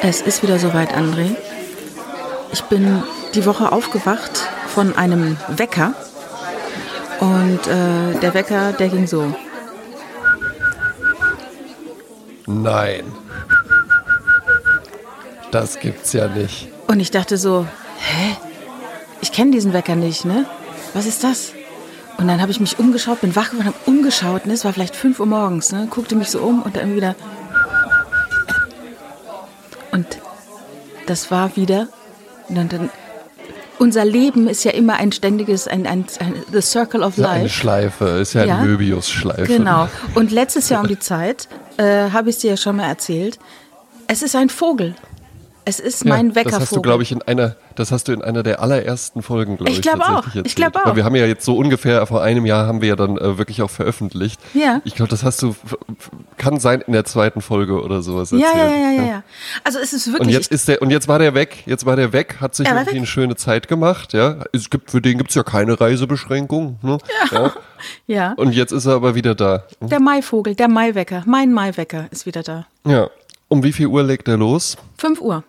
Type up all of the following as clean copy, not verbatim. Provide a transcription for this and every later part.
Es ist wieder soweit, André. Ich bin die Woche aufgewacht von einem Wecker. Und der Wecker, der ging so. Nein. Das gibt's ja nicht. Und ich dachte so, hä? Ich kenne diesen Wecker nicht, ne? Was ist das? Und dann habe ich mich umgeschaut, bin wach geworden, habe umgeschaut, ne? Es war vielleicht 5 Uhr morgens, ne? Guckte mich so um und dann wieder... Und das war wieder... Und dann, unser Leben ist ja immer ein ständiges, the circle of life. Eine Schleife, ist ja eine Möbius-Schleife. Genau. Und letztes Jahr um die Zeit, habe ich es dir ja schon mal erzählt, es ist ein Vogel. Es ist mein Weckervogel. Das hast du, glaube ich, in einer der allerersten Folgen, glaube ich. Ich glaube auch. Weil wir haben ja jetzt so ungefähr vor einem Jahr haben wir ja dann wirklich auch veröffentlicht. Ja. Ich glaube, das hast du, kann sein, in der 2. Folge oder sowas erzählt. Ja. Also es ist wirklich... Und jetzt war der weg, hat sich irgendwie eine schöne Zeit gemacht, ja. Für den gibt's ja keine Reisebeschränkung, ne? Ja. Und jetzt ist er aber wieder da. Der Maivogel, der Maiwecker, mein Maiwecker ist wieder da. Ja. Um wie viel Uhr legt er los? 5 Uhr.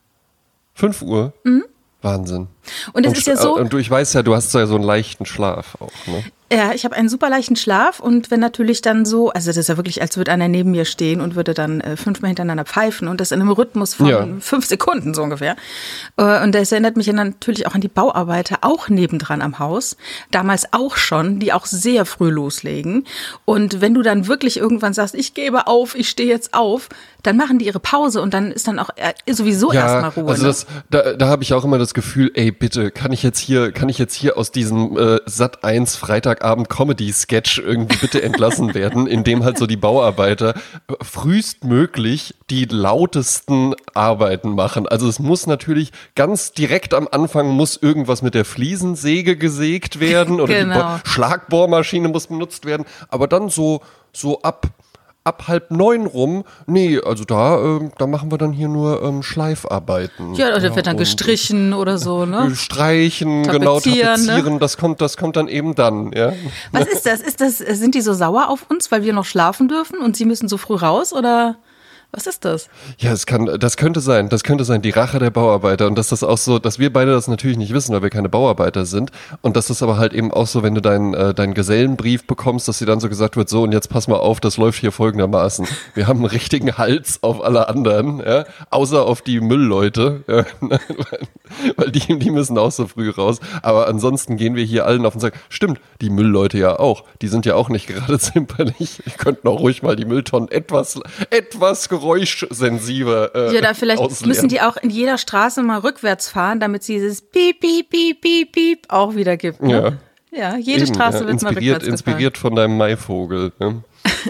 5 Uhr? Mhm. Wahnsinn. Und es ist ja so... Und ich weiß ja, du hast ja so einen leichten Schlaf auch, ne? Ja, ich habe einen super leichten Schlaf und wenn natürlich dann so, also das ist ja wirklich, als würde einer neben mir stehen und würde dann 5-mal hintereinander pfeifen und das in einem Rhythmus von 5 Sekunden so ungefähr. Und das erinnert mich ja natürlich auch an die Bauarbeiter, auch nebendran am Haus, damals auch schon, die auch sehr früh loslegen. Und wenn du dann wirklich irgendwann sagst, ich gebe auf, ich stehe jetzt auf, dann machen die ihre Pause und dann ist dann auch sowieso erstmal Ruhe. Also da habe ich auch immer das Gefühl, ey bitte, kann ich jetzt hier aus diesem Sat.1 Freitagabend Comedy-Sketch irgendwie bitte entlassen werden, in dem halt so die Bauarbeiter frühestmöglich die lautesten Arbeiten machen. Also es muss natürlich ganz direkt am Anfang muss irgendwas mit der Fliesensäge gesägt werden oder genau. Die Schlagbohrmaschine muss benutzt werden, aber dann so ab 8:30 rum, nee, also da machen wir dann hier nur Schleifarbeiten. Ja, oder wird dann gestrichen oder so, ne? Streichen, tapezieren, ne? Das kommt dann eben dann, ja. Was ist das? Sind die so sauer auf uns, weil wir noch schlafen dürfen und sie müssen so früh raus, oder? Was ist das? Ja, das könnte sein, die Rache der Bauarbeiter und dass das auch so, dass wir beide das natürlich nicht wissen, weil wir keine Bauarbeiter sind und dass das aber halt eben auch so, wenn du deinen Gesellenbrief bekommst, dass dir dann so gesagt wird, so und jetzt pass mal auf, das läuft hier folgendermaßen. Wir haben einen richtigen Hals auf alle anderen, ja, außer auf die Müllleute, ja, weil die müssen auch so früh raus, aber ansonsten gehen wir hier allen auf und sagen, stimmt, die Müllleute ja auch, die sind ja auch nicht gerade zimperlich, wir könnten auch ruhig mal die Mülltonnen etwas geräuschsensibler ja, da vielleicht ausleeren. Müssen die auch in jeder Straße mal rückwärts fahren, damit sie dieses Piep, Piep, Piep, Piep, Piep auch wieder gibt. Ne? Ja, jede Straße wird mal rückwärts gefahren. Inspiriert von deinem Maivogel. Ne?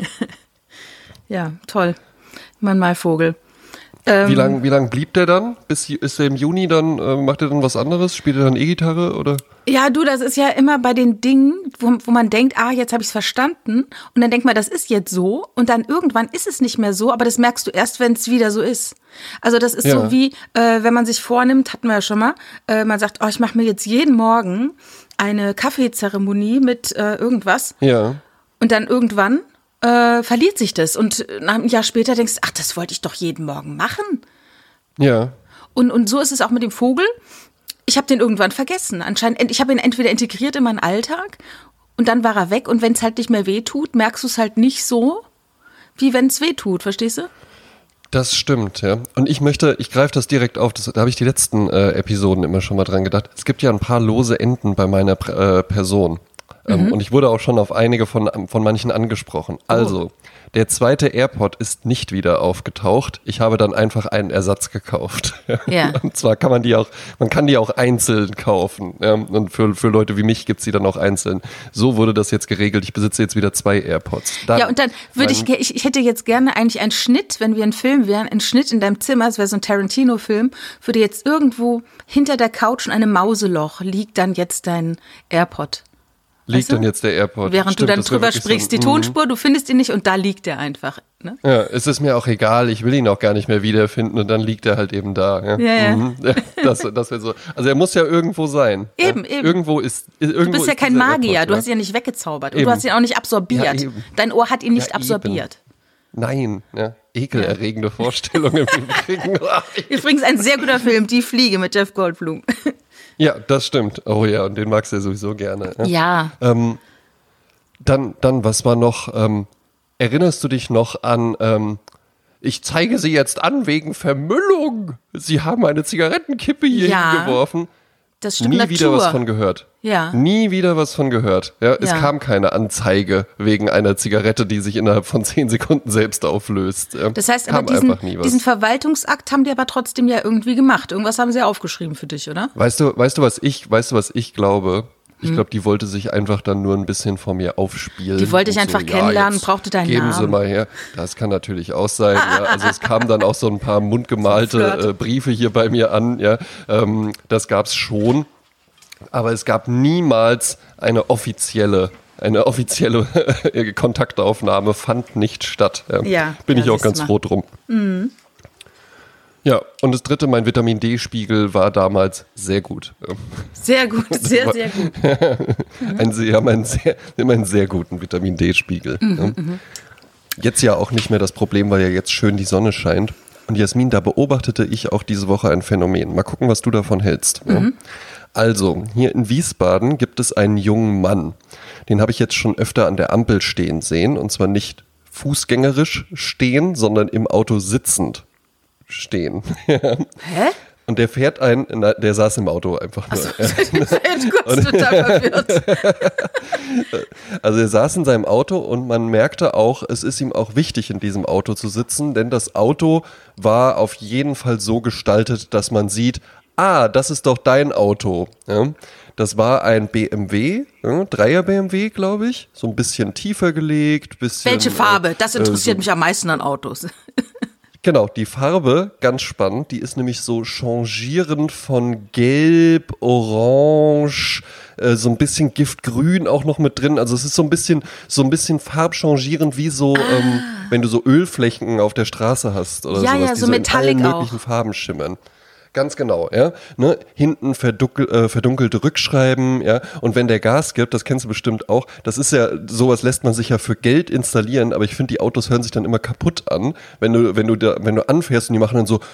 Ja, toll. Mein Maivogel. Wie lang blieb der dann? Ist der im Juni dann, macht er dann was anderes? Spielt er dann E-Gitarre oder? Ja, du, das ist ja immer bei den Dingen, wo man denkt, jetzt habe ich es verstanden. Und dann denkt man, das ist jetzt so. Und dann irgendwann ist es nicht mehr so. Aber das merkst du erst, wenn es wieder so ist. Also das ist so wie, wenn man sich vornimmt, hatten wir ja schon mal, man sagt, ich mache mir jetzt jeden Morgen eine Kaffeezeremonie mit irgendwas. Ja. Und dann irgendwann verliert sich das. Und nach einem Jahr später denkst du, das wollte ich doch jeden Morgen machen. Ja. Und so ist es auch mit dem Vogel. Ich habe den irgendwann vergessen. Anscheinend, ich habe ihn entweder integriert in meinen Alltag und dann war er weg. Und wenn es halt nicht mehr wehtut, merkst du es halt nicht so, wie wenn es wehtut. Verstehst du? Das stimmt, ja. Und ich greife das direkt auf, da habe ich die letzten Episoden immer schon mal dran gedacht. Es gibt ja ein paar lose Enden bei meiner Person. Und ich wurde auch schon auf einige von manchen angesprochen. Also, der 2. AirPod ist nicht wieder aufgetaucht. Ich habe dann einfach einen Ersatz gekauft. Ja. Und zwar kann man die auch einzeln kaufen. Ja? Und für Leute wie mich gibt's die dann auch einzeln. So wurde das jetzt geregelt. Ich besitze jetzt wieder 2 AirPods. Und dann würde ich hätte jetzt gerne eigentlich einen Schnitt, wenn wir ein Film wären, einen Schnitt in deinem Zimmer, es wäre so ein Tarantino-Film, würde jetzt irgendwo hinter der Couch in einem Mauseloch liegt dann jetzt dein AirPod. Liegt dann jetzt der AirPod. Während du dann drüber sprichst, die Tonspur, du findest ihn nicht und da liegt er einfach. Ne? Ja, es ist mir auch egal, ich will ihn auch gar nicht mehr wiederfinden und dann liegt er halt eben da. Ja. Ja. Das wäre so. Also er muss ja irgendwo sein. Eben. Irgendwo ist. Du bist ja kein Magier, AirPod, du hast ihn ja nicht weggezaubert und du hast ihn auch nicht absorbiert. Ja, dein Ohr hat ihn nicht absorbiert. Nein, ja, ekelerregende Vorstellungen im Übrigen. Übrigens ein sehr guter Film, Die Fliege mit Jeff Goldblum. Ja, das stimmt. Oh ja, und den magst du ja sowieso gerne. Ja. Dann, was war noch, erinnerst du dich noch an, ich zeige sie jetzt an wegen Vermüllung. Sie haben eine Zigarettenkippe hier hingeworfen. Das stimmt. Nie wieder was von gehört. Ja. Nie wieder was von gehört. Ja, es kam keine Anzeige wegen einer Zigarette, die sich innerhalb von 10 Sekunden selbst auflöst. Das heißt, aber diesen Verwaltungsakt haben die aber trotzdem ja irgendwie gemacht. Irgendwas haben sie ja aufgeschrieben für dich, oder? Weißt du, was ich glaube? Ich glaube, die wollte sich einfach dann nur ein bisschen vor mir aufspielen. Die wollte ich einfach kennenlernen, brauchte deinen Namen. Geben Sie mal her. Das kann natürlich auch sein. Ja. Also es kamen dann auch so ein paar mundgemalte Briefe hier bei mir an. Ja. Das gab es schon. Aber es gab niemals eine offizielle Kontaktaufnahme, fand nicht statt. Ja. Bin ich auch ganz froh drum. Mhm. Ja, und das dritte, mein Vitamin-D-Spiegel war damals sehr gut. Sehr gut, sehr gut. Sie haben einen sehr guten Vitamin-D-Spiegel. Jetzt ja auch nicht mehr das Problem, weil ja jetzt schön die Sonne scheint. Und Jasmin, da beobachtete ich auch diese Woche ein Phänomen. Mal gucken, was du davon hältst. Also, hier in Wiesbaden gibt es einen jungen Mann. Den habe ich jetzt schon öfter an der Ampel stehen sehen. Und zwar nicht fußgängerisch stehen, sondern im Auto sitzend stehen. Hä? Und der fährt der saß im Auto einfach nur. Total verwirrt. Also er saß in seinem Auto und man merkte auch, es ist ihm auch wichtig, in diesem Auto zu sitzen, denn das Auto war auf jeden Fall so gestaltet, dass man sieht, das ist doch dein Auto. Ja? Das war ein BMW, 3er BMW, glaube ich, so ein bisschen tiefer gelegt. Welche Farbe? Das interessiert mich am meisten an Autos. Genau, die Farbe, ganz spannend, die ist nämlich so changierend von Gelb, Orange, so ein bisschen Giftgrün auch noch mit drin. Also es ist so ein bisschen farbchangierend wie so, wenn du so Ölflächen auf der Straße hast oder sowas, die so Metallic in allen möglichen Farben schimmern. Ganz genau, ja. Ne? Hinten verdunkelte Rückschreiben, ja. Und wenn der Gas gibt, das kennst du bestimmt auch, das ist ja, sowas lässt man sich ja für Geld installieren, aber ich finde, die Autos hören sich dann immer kaputt an, wenn du anfährst und die machen dann so.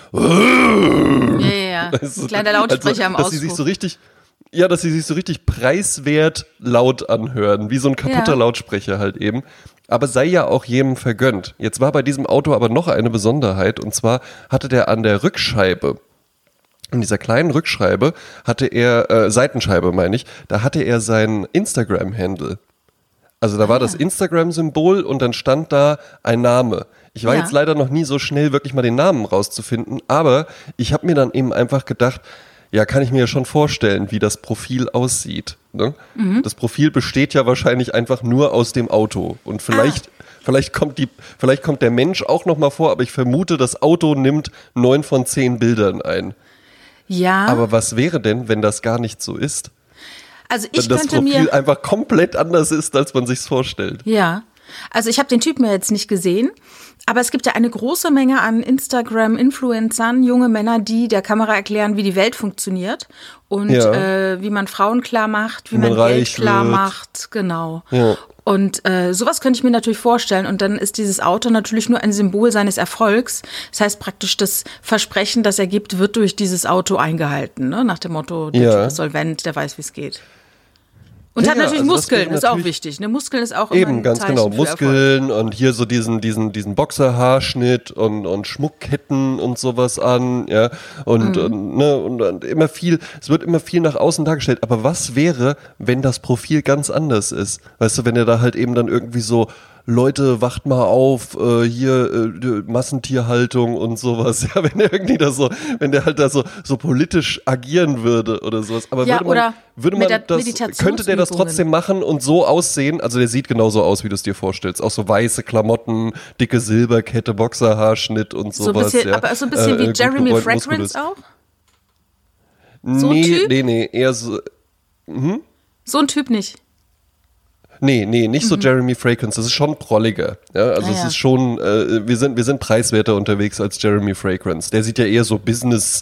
Ja. Kleiner Lautsprecher im Auspuff. Dass sie sich so richtig preiswert laut anhören, wie so ein kaputter Lautsprecher halt eben. Aber sei ja auch jedem vergönnt. Jetzt war bei diesem Auto aber noch eine Besonderheit, und zwar hatte der an der Rückscheibe, in dieser kleinen Rückscheibe hatte er, Seitenscheibe meine ich, da hatte er sein Instagram-Handle. Also da war das Instagram-Symbol und dann stand da ein Name. Ich war jetzt leider noch nie so schnell, wirklich mal den Namen rauszufinden, aber ich habe mir dann eben einfach gedacht, ja, kann ich mir ja schon vorstellen, wie das Profil aussieht. Ne? Das Profil besteht ja wahrscheinlich einfach nur aus dem Auto. Und vielleicht kommt der Mensch auch noch mal vor, aber ich vermute, das Auto nimmt 9 von 10 Bildern ein. Ja. Aber was wäre denn, wenn das gar nicht so ist? Also wenn das Profil einfach komplett anders ist, als man sich's vorstellt. Ja. Also ich habe den Typen ja jetzt nicht gesehen, aber es gibt ja eine große Menge an Instagram-Influencern, junge Männer, die der Kamera erklären, wie die Welt funktioniert und wie man Frauen klar macht, wie man Geld klar macht. Genau. Ja. Und sowas könnte ich mir natürlich vorstellen. Und dann ist dieses Auto natürlich nur ein Symbol seines Erfolgs. Das heißt praktisch, das Versprechen, das er gibt, wird durch dieses Auto eingehalten. Ne? Nach dem Motto, der Typ ist solvent, der weiß, wie es geht. Und hat natürlich Muskeln, ist auch wichtig. Ne? Muskeln ist auch immer eben, ganz Zeichen genau, für Muskeln Erfolg. Und hier so diesen Boxerhaarschnitt und Schmuckketten und sowas an, ja. Und immer viel, es wird immer viel nach außen dargestellt. Aber was wäre, wenn das Profil ganz anders ist? Weißt du, wenn er da halt eben dann irgendwie so, Leute, wacht mal auf, hier Massentierhaltung und sowas. Ja, wenn er irgendwie wenn der halt da so politisch agieren würde oder sowas. Aber könnte der das trotzdem machen und so aussehen? Also der sieht genauso aus, wie du es dir vorstellst. Auch so weiße Klamotten, dicke Silberkette, Boxerhaarschnitt und sowas. Aber so ein bisschen wie Jeremy Fragrance auch? So ein Typ? Nee, eher so. So ein Typ nicht. Nee, nicht so Jeremy Fragrance, das ist schon prolliger. Ja, also es ist schon, wir sind preiswerter unterwegs als Jeremy Fragrance. Der sieht ja eher so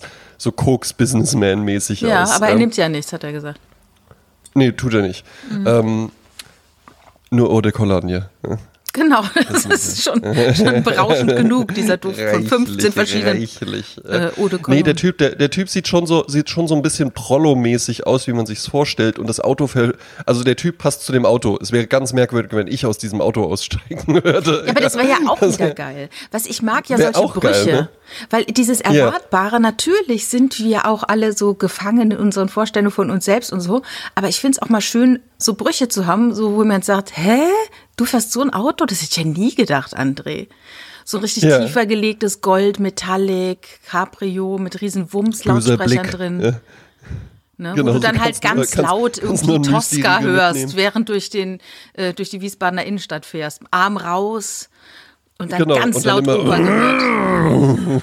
Koks-Businessman-mäßig aus. Ja, aber er nimmt ja nichts, hat er gesagt. Nee, tut er nicht. Nur Eau de Cologne. Ja. Genau, das ist schon berauschend genug, dieser Duft von 15 verschiedenen Eau de Cologne. Nee, der Typ sieht schon so ein bisschen Prollo-mäßig aus, wie man sich's vorstellt. Und das Auto, also der Typ passt zu dem Auto. Es wäre ganz merkwürdig, wenn ich aus diesem Auto aussteigen würde. Ja, aber das wäre ja auch wieder geil. Was ich mag ja solche Brüche. Geil, ne? Weil dieses Erwartbare, natürlich sind wir auch alle so gefangen in unseren Vorstellungen von uns selbst und so. Aber ich finde es auch mal schön, so Brüche zu haben, so wo man sagt, hä? Du fährst so ein Auto? Das hätte ich ja nie gedacht, André. So ein richtig tiefer gelegtes Gold, Metallic, Cabrio mit riesen Wumms-Lautsprechern drin. Ja. Ne, genau, wo du dann halt ganz laut irgendwie Tosca hörst, während durch die Wiesbadener Innenstadt fährst. Arm raus und dann ganz laut Oper gehört.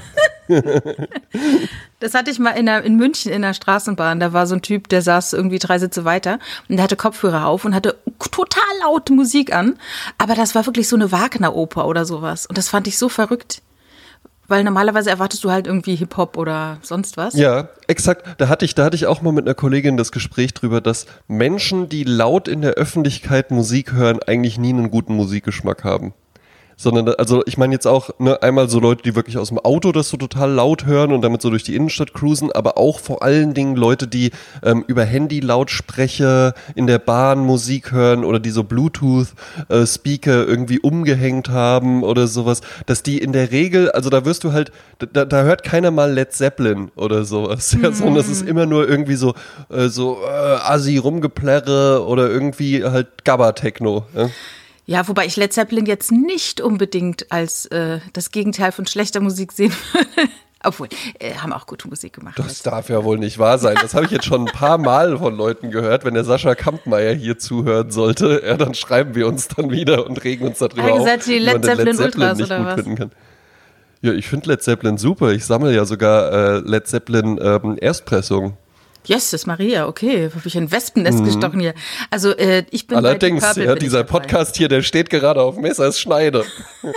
Das hatte ich mal in München in der Straßenbahn. Da war so ein Typ, der saß irgendwie 3 Sitze weiter und der hatte Kopfhörer auf und hatte total laute Musik an. Aber das war wirklich so eine Wagner-Oper oder sowas. Und das fand ich so verrückt. Weil normalerweise erwartest du halt irgendwie Hip-Hop oder sonst was. Ja, exakt. Da hatte ich auch mal mit einer Kollegin das Gespräch drüber, dass Menschen, die laut in der Öffentlichkeit Musik hören, eigentlich nie einen guten Musikgeschmack haben. Sondern, also ich meine jetzt auch, ne, einmal so Leute, die wirklich aus dem Auto das so total laut hören und damit so durch die Innenstadt cruisen, aber auch vor allen Dingen Leute, die über Handy-Lautsprecher in der Bahn Musik hören oder die so Bluetooth-Speaker irgendwie umgehängt haben oder sowas, dass die in der Regel, also da wirst du halt, da hört keiner mal Led Zeppelin oder sowas, ja, sondern es ist immer nur irgendwie so Assi-Rumgeplärre oder irgendwie halt Gabba-Techno, ja. Ja, wobei ich Led Zeppelin jetzt nicht unbedingt als das Gegenteil von schlechter Musik sehen würde. Obwohl, haben auch gute Musik gemacht. Das darf ja wohl nicht wahr sein. Das habe ich jetzt schon ein paar Mal von Leuten gehört. Wenn der Sascha Kampmeier hier zuhören sollte, dann schreiben wir uns dann wieder und regen uns darüber auf, wie man den Led Zeppelin nicht gut finden kann. Ja, ich finde Led Zeppelin super. Ich sammle ja sogar Led Zeppelin Erstpressungen. Jesus Maria, okay, habe ich ein Wespennest gestochen hier. Also ich bin allerdings, bei Deep Purple, dieser Podcast hier, der steht gerade auf Messers Schneide.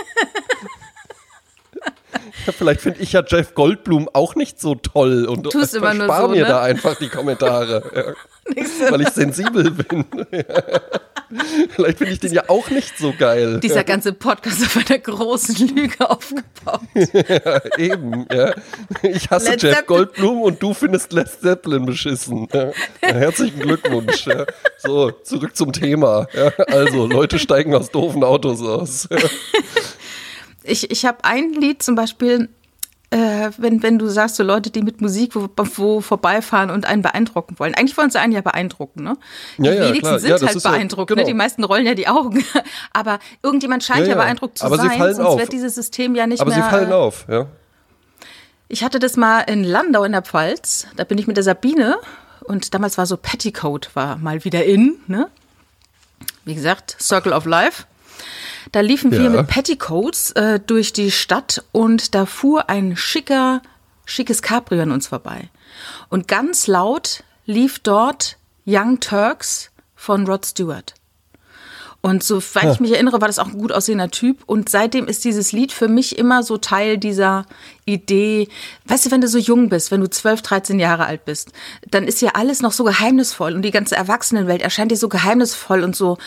Vielleicht finde ich ja Jeff Goldblum auch nicht so toll und spar mir da einfach die Kommentare. Ja. Weil ich sensibel bin. Vielleicht finde ich den ja auch nicht so geil. Dieser ganze Podcast auf einer großen Lüge aufgebaut. Ja, eben, ja. Ich hasse Jeff Goldblum und du findest Led Zeppelin beschissen. Ja. Herzlichen Glückwunsch. Ja. So, zurück zum Thema. Ja. Also, Leute steigen aus doofen Autos aus. Ja. Ich habe ein Lied zum Beispiel, wenn du sagst, so Leute, die mit Musik wo vorbeifahren und einen beeindrucken wollen. Eigentlich wollen sie einen ja beeindrucken, ne? Die wenigsten sind halt beeindruckt, genau. Ne? Die meisten rollen ja die Augen. Aber irgendjemand scheint ja beeindruckt zu sein, sonst wird dieses System ja nicht mehr... Aber sie fallen auf, ja. Ich hatte das mal in Landau in der Pfalz, da bin ich mit der Sabine und damals war so Petticoat, war mal wieder in, ne? Wie gesagt, Circle of Life. Da liefen wir mit Petticoats durch die Stadt und da fuhr ein schickes Cabrio an uns vorbei. Und ganz laut lief dort Young Turks von Rod Stewart. Und soweit ich mich erinnere, war das auch ein gut aussehender Typ. Und seitdem ist dieses Lied für mich immer so Teil dieser Idee. Weißt du, wenn du so jung bist, wenn du 12, 13 Jahre alt bist, dann ist ja alles noch so geheimnisvoll. Und die ganze Erwachsenenwelt erscheint dir so geheimnisvoll und so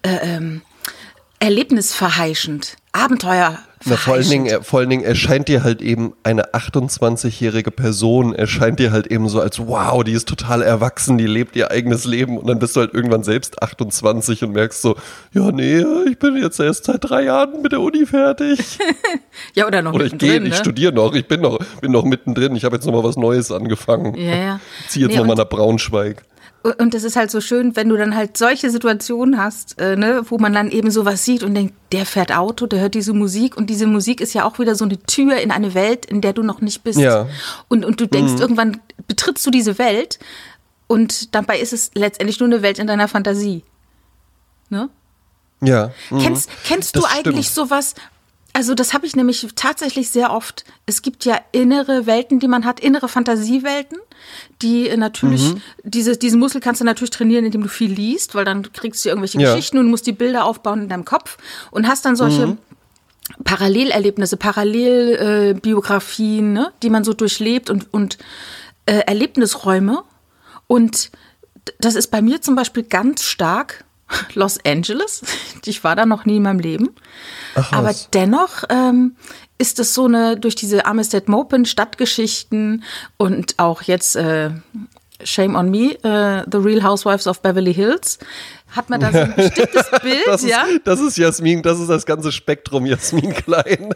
erlebnisverheischend, abenteuerverheischend. Na, vor allen Dingen erscheint dir halt eben eine 28-jährige Person, erscheint dir halt eben so als wow, die ist total erwachsen, die lebt ihr eigenes Leben und dann bist du halt irgendwann selbst 28 und merkst so, ja nee, ich bin jetzt erst seit 3 Jahren mit der Uni fertig. Ja, oder noch mittendrin, ich studiere noch, ich bin noch mittendrin, ich habe jetzt nochmal was Neues angefangen. Ja. Ziehe jetzt nochmal nach Braunschweig. Und das ist halt so schön, wenn du dann halt solche Situationen hast, ne, wo man dann eben sowas sieht und denkt, der fährt Auto, der hört diese Musik und diese Musik ist ja auch wieder so eine Tür in eine Welt, in der du noch nicht bist. Ja. Und du denkst, irgendwann betrittst du diese Welt und dabei ist es letztendlich nur eine Welt in deiner Fantasie. Ne? Ja. Kennst du eigentlich sowas? Also das habe ich nämlich tatsächlich sehr oft. Es gibt ja innere Welten, die man hat, innere Fantasiewelten, die natürlich, diesen Muskel kannst du natürlich trainieren, indem du viel liest, weil dann kriegst du irgendwelche Geschichten und musst die Bilder aufbauen in deinem Kopf und hast dann solche Parallelerlebnisse, Parallelbiografien, ne, die man so durchlebt und Erlebnisräume. Und das ist bei mir zum Beispiel ganz stark Los Angeles. Ich war da noch nie in meinem Leben. Ach, aber dennoch ist es so durch diese Armistead Maupin Stadtgeschichten und auch jetzt Shame on Me, The Real Housewives of Beverly Hills, hat man da so ein bestimmtes Bild, das ist Jasmin, das ist das ganze Spektrum, Jasmin Klein.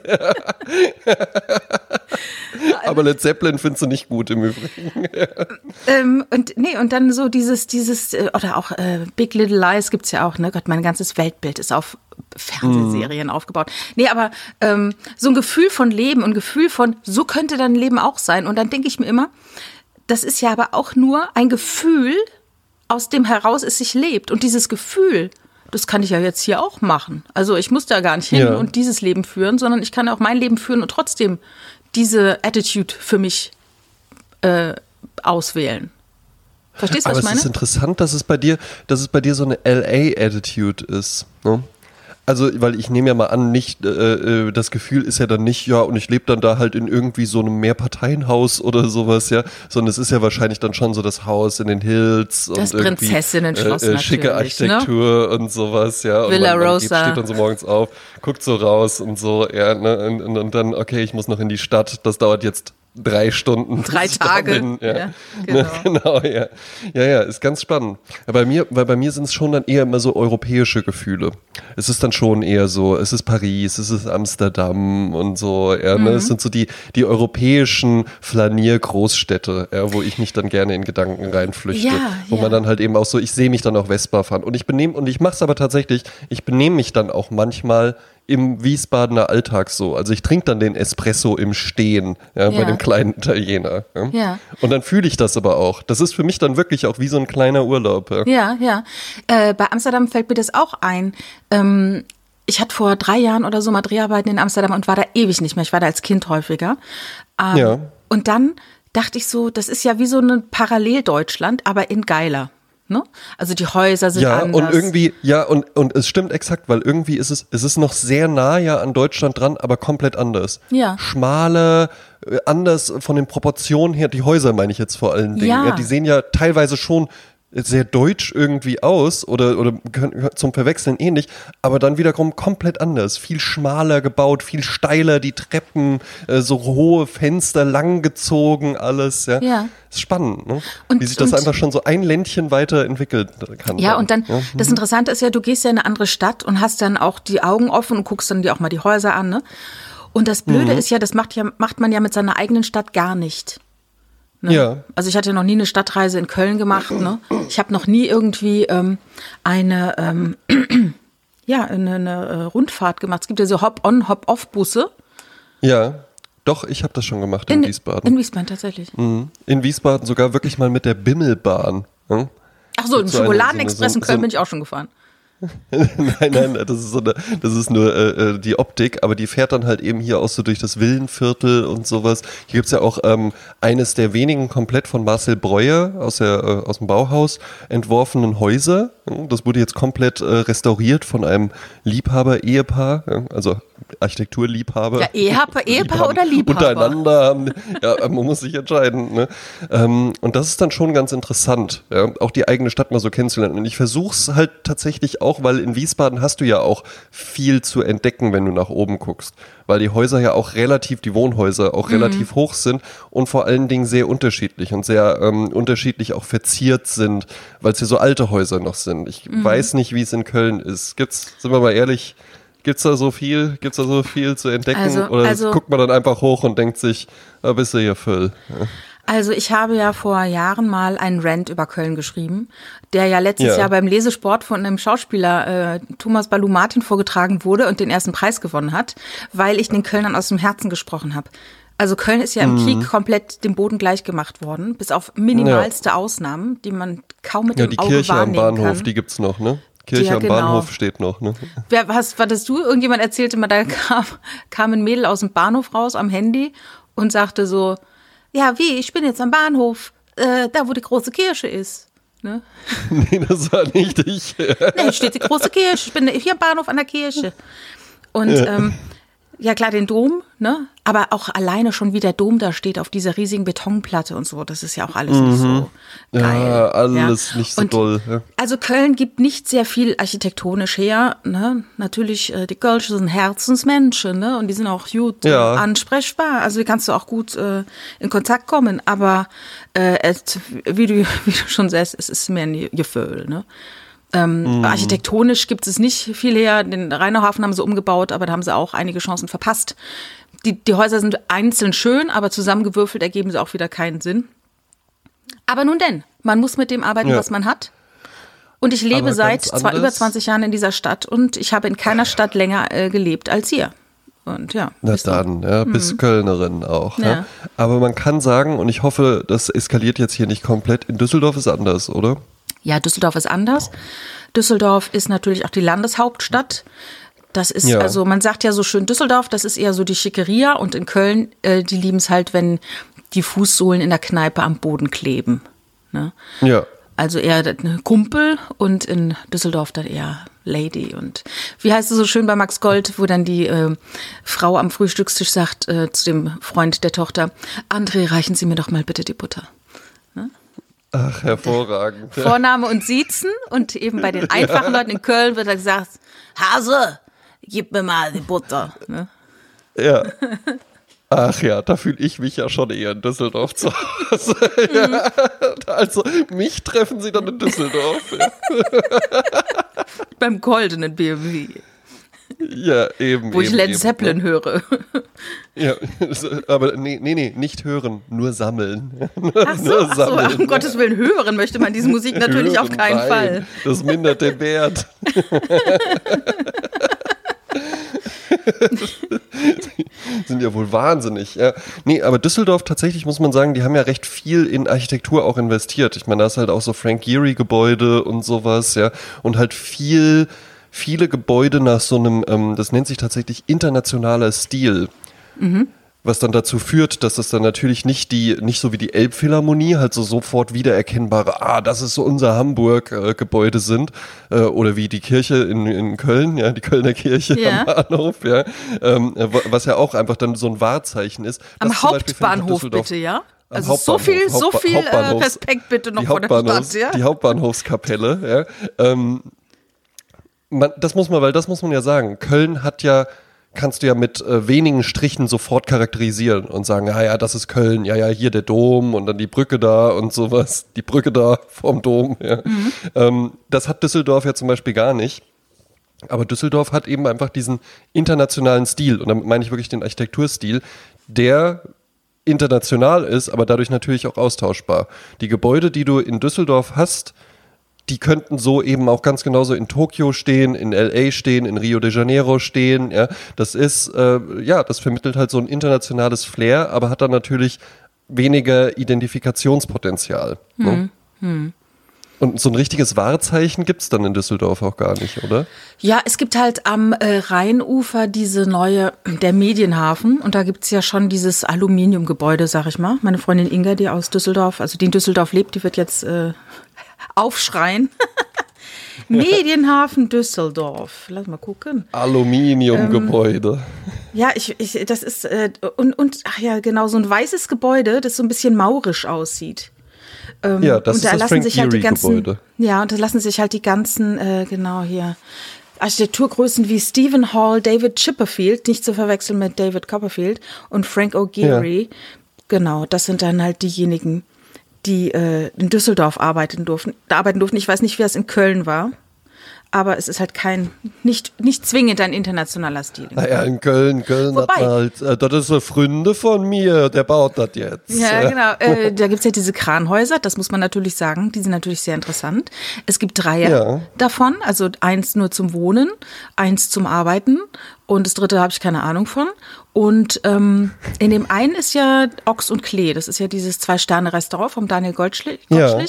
Aber Led Zeppelin findest du nicht gut im Übrigen. Und dann so dieses, oder auch Big Little Lies gibt's ja auch, ne? Gott, mein ganzes Weltbild ist auf Fernsehserien aufgebaut. Nee, aber so ein Gefühl von Leben und Gefühl von, so könnte dein Leben auch sein. Und dann denke ich mir immer, das ist ja aber auch nur ein Gefühl, aus dem heraus es sich lebt. Und dieses Gefühl, das kann ich ja jetzt hier auch machen. Also ich muss da gar nicht hin und dieses Leben führen, sondern ich kann auch mein Leben führen und trotzdem diese Attitude für mich auswählen. Verstehst du, was ich meine? Aber es ist interessant, dass es bei dir so eine LA-Attitude ist, ne? Also, weil ich nehme ja mal an, nicht das Gefühl ist ja dann nicht, ja, und ich lebe dann da halt in irgendwie so einem Mehrparteienhaus oder sowas, ja, sondern es ist ja wahrscheinlich dann schon so das Haus in den Hills das und Prinzessinnen-Schloss schicke Architektur, ne? Und sowas, ja. Und Villa Rosa. Steht dann so morgens auf, guckt so raus und so, ja, ne, und dann, okay, ich muss noch in die Stadt, das dauert jetzt 3 Stunden. 3 Tage. Ja, genau. Ja, ist ganz spannend. Ja, bei mir sind es schon dann eher immer so europäische Gefühle. Es ist dann schon eher so, es ist Paris, es ist Amsterdam und so, ja, ne? Es sind so die europäischen Flanier-Großstädte, ja, wo ich mich dann gerne in Gedanken reinflüchte. Wo man dann halt eben auch so, ich sehe mich dann auch Vespa fahren. Und ich mache es aber tatsächlich, ich benehme mich dann auch manchmal im Wiesbadener Alltag so. Also ich trinke dann den Espresso im Stehen, bei dem kleinen Italiener. Ja. Und dann fühle ich das aber auch. Das ist für mich dann wirklich auch wie so ein kleiner Urlaub. Ja. Bei Amsterdam fällt mir das auch ein. Ich hatte vor 3 Jahren oder so mal Dreharbeiten in Amsterdam und war da ewig nicht mehr. Ich war da als Kind häufiger. Und dann dachte ich so, das ist ja wie so ein Parallel-Deutschland, aber in geiler. Ne? Also die Häuser sind anders. Und irgendwie, und es stimmt exakt, weil irgendwie ist es noch sehr nah an Deutschland dran, aber komplett anders. Ja. Schmale, anders von den Proportionen her, die Häuser meine ich jetzt vor allen Dingen. Ja, die sehen ja teilweise schon sehr deutsch irgendwie aus oder zum Verwechseln ähnlich, aber dann wiederum komplett anders. Viel schmaler gebaut, viel steiler, die Treppen, so hohe Fenster, langgezogen, alles. Ja. Ist spannend, ne? Wie sich das einfach schon so ein Ländchen weiterentwickeln kann. Ja, und dann, das Interessante ist ja, du gehst ja in eine andere Stadt und hast dann auch die Augen offen und guckst dann dir auch mal die Häuser an, ne? Und das Blöde ist ja, das macht man ja mit seiner eigenen Stadt gar nicht. Ne? Ja. Also ich hatte noch nie eine Stadtreise in Köln gemacht. Ne? Ich habe noch nie irgendwie eine Rundfahrt gemacht. Es gibt ja so Hop-on, Hop-off-Busse. Ja, doch, ich habe das schon gemacht in Wiesbaden. In Wiesbaden tatsächlich. Mhm. In Wiesbaden sogar wirklich mal mit der Bimmelbahn. Hm? Ach so, im Schokoladenexpress in Köln bin ich auch schon gefahren. Nein, das ist nur die Optik, aber die fährt dann halt eben hier auch so durch das Villenviertel und sowas. Hier gibt's ja auch eines der wenigen komplett von Marcel Breuer aus dem Bauhaus entworfenen Häuser. Das wurde jetzt komplett restauriert von einem Liebhaber-Ehepaar, also Architekturliebhaber. Ja, Ehepaar oder Liebhaber? Untereinander haben, man muss sich entscheiden. Ne? Und das ist dann schon ganz interessant, auch die eigene Stadt mal so kennenzulernen. Und ich versuche es halt tatsächlich auch, weil in Wiesbaden hast du ja auch viel zu entdecken, wenn du nach oben guckst. Weil die Häuser ja auch die Wohnhäuser auch relativ hoch sind und vor allen Dingen sehr unterschiedlich und sehr unterschiedlich auch verziert sind, weil es hier so alte Häuser noch sind. Ich weiß nicht, wie es in Köln ist. Sind wir mal ehrlich, gibt's da so viel zu entdecken? Oder guckt man dann einfach hoch und denkt sich, bist du hier voll? Ja. Also ich habe ja vor Jahren mal einen Rant über Köln geschrieben, der ja letztes Jahr beim Lesesport von einem Schauspieler Thomas Balou-Martin vorgetragen wurde und den ersten Preis gewonnen hat, weil ich den Kölnern aus dem Herzen gesprochen habe. Also Köln ist ja im Krieg komplett dem Boden gleich gemacht worden, bis auf minimalste Ausnahmen, die man kaum mit dem Auge wahrnehmen kann. Die Kirche am Bahnhof, die gibt's noch, ne? Kirche am Bahnhof steht noch, ne? Wartest du? Irgendjemand erzählte mal, da kam ein Mädel aus dem Bahnhof raus am Handy und sagte so, ja, ich bin jetzt am Bahnhof, da wo die große Kirche ist. Ne? Nee, das war nicht ich. Nee, steht die große Kirche, ich bin hier am Bahnhof an der Kirche. Und Ja klar, den Dom, ne? Aber auch alleine schon, wie der Dom da steht auf dieser riesigen Betonplatte und so, das ist ja auch alles nicht so geil. Ja, alles nicht so doll. Ja. Also Köln gibt nicht sehr viel architektonisch her, ne? Natürlich, die Kölsche sind Herzensmenschen, ne? Und die sind auch gut ansprechbar, also die kannst du auch gut in Kontakt kommen, aber wie du schon sagst, es ist mehr ein Gefühl, ne? Architektonisch gibt es nicht viel her. Den Rheinauhafen haben sie umgebaut, aber da haben sie auch einige Chancen verpasst. Die Häuser sind einzeln schön, aber zusammengewürfelt ergeben sie auch wieder keinen Sinn. Aber nun denn, man muss mit dem arbeiten, was man hat. Und ich lebe seit zwar über 20 Jahren in dieser Stadt und ich habe in keiner Stadt länger gelebt als hier. Und ja. Na dann, ja, bist Kölnerin auch. Ja. Ne? Aber man kann sagen, und ich hoffe, das eskaliert jetzt hier nicht komplett, in Düsseldorf ist anders, oder? Ja, Düsseldorf ist anders. Düsseldorf ist natürlich auch die Landeshauptstadt. Das ist, also man sagt ja so schön Düsseldorf, das ist eher so die Schickeria. Und in Köln, die lieben es halt, wenn die Fußsohlen in der Kneipe am Boden kleben. Ne? Ja. Also eher Kumpel und in Düsseldorf dann eher Lady. Und wie heißt es so schön bei Max Gold, wo dann die Frau am Frühstückstisch sagt zu dem Freund der Tochter, André, reichen Sie mir doch mal bitte die Butter. Ach, hervorragend. Vorname und Siezen und eben bei den einfachen Leuten in Köln wird dann gesagt, Hase, gib mir mal die Butter. Ne? Ja. Ach ja, da fühle ich mich ja schon eher in Düsseldorf zu Hause. Ja. Also mich treffen sie dann in Düsseldorf. Ja. Beim goldenen BMW. Ja, eben. Wo ich Led Zeppelin höre. Ja, aber nee, nicht hören, nur sammeln. Ach so, um Gottes Willen, hören möchte man diese Musik natürlich hören, auf keinen Fall. Das mindert den Wert. Sind ja wohl wahnsinnig. Ja. Nee, aber Düsseldorf tatsächlich, muss man sagen, die haben ja recht viel in Architektur auch investiert. Ich meine, da ist halt auch so Frank Gehry-Gebäude und sowas, ja. Und halt viele Gebäude nach so einem, das nennt sich tatsächlich internationaler Stil. Mhm. Was dann dazu führt, dass es dann natürlich nicht so wie die Elbphilharmonie halt so sofort wiedererkennbare, das ist so unser Hamburg-Gebäude sind, oder wie die Kirche in Köln, ja, die Kölner Kirche am Bahnhof, ja, was ja auch einfach dann so ein Wahrzeichen ist. Am Hauptbahnhof bitte, ja? Also so viel Respekt bitte noch vor der Stadt, ja? Die Hauptbahnhofskapelle, ja. Das muss man ja sagen, Köln kannst du ja mit wenigen Strichen sofort charakterisieren und sagen, ja, das ist Köln, ja, hier der Dom und dann die Brücke da und sowas, die Brücke da vorm Dom, ja. Das hat Düsseldorf ja zum Beispiel gar nicht. Aber Düsseldorf hat eben einfach diesen internationalen Stil und damit meine ich wirklich den Architekturstil, der international ist, aber dadurch natürlich auch austauschbar. Die Gebäude, die du in Düsseldorf hast, die könnten so eben auch ganz genauso in Tokio stehen, in LA stehen, in Rio de Janeiro stehen. Ja. Das ist, das vermittelt halt so ein internationales Flair, aber hat dann natürlich weniger Identifikationspotenzial. Ne? Und so ein richtiges Wahrzeichen gibt's dann in Düsseldorf auch gar nicht, oder? Ja, es gibt halt am Rheinufer der Medienhafen und da gibt's ja schon dieses Aluminiumgebäude, sag ich mal. Meine Freundin Inga, die aus Düsseldorf, also die in Düsseldorf lebt, die wird jetzt aufschreien. Medienhafen Düsseldorf. Lass mal gucken. Aluminiumgebäude. Ja, das ist, ach ja, genau, so ein weißes Gebäude, das so ein bisschen maurisch aussieht. Ja, das ist das Frank Gehry-Gebäude. Ja, und da lassen sich halt die ganzen, genau hier, Architekturgrößen wie Stephen Hall, David Chipperfield, nicht zu verwechseln mit David Copperfield, und Frank O'Gehry. Ja. Genau, das sind dann halt diejenigen, die in Düsseldorf arbeiten durften. Ich weiß nicht, wie das in Köln war. Aber es ist halt nicht zwingend ein internationaler Stil. Naja, in Köln hat man halt, das ist ein Freunde von mir, der baut das jetzt. Ja, genau. Da gibt's ja diese Kranhäuser, das muss man natürlich sagen, die sind natürlich sehr interessant. Es gibt 3 davon, also 1 nur zum Wohnen, 1 zum Arbeiten und das 3. habe ich keine Ahnung von. Und in dem einen ist ja Ochs und Klee, das ist ja dieses 2-Sterne-Restaurant vom Daniel Goldschlich.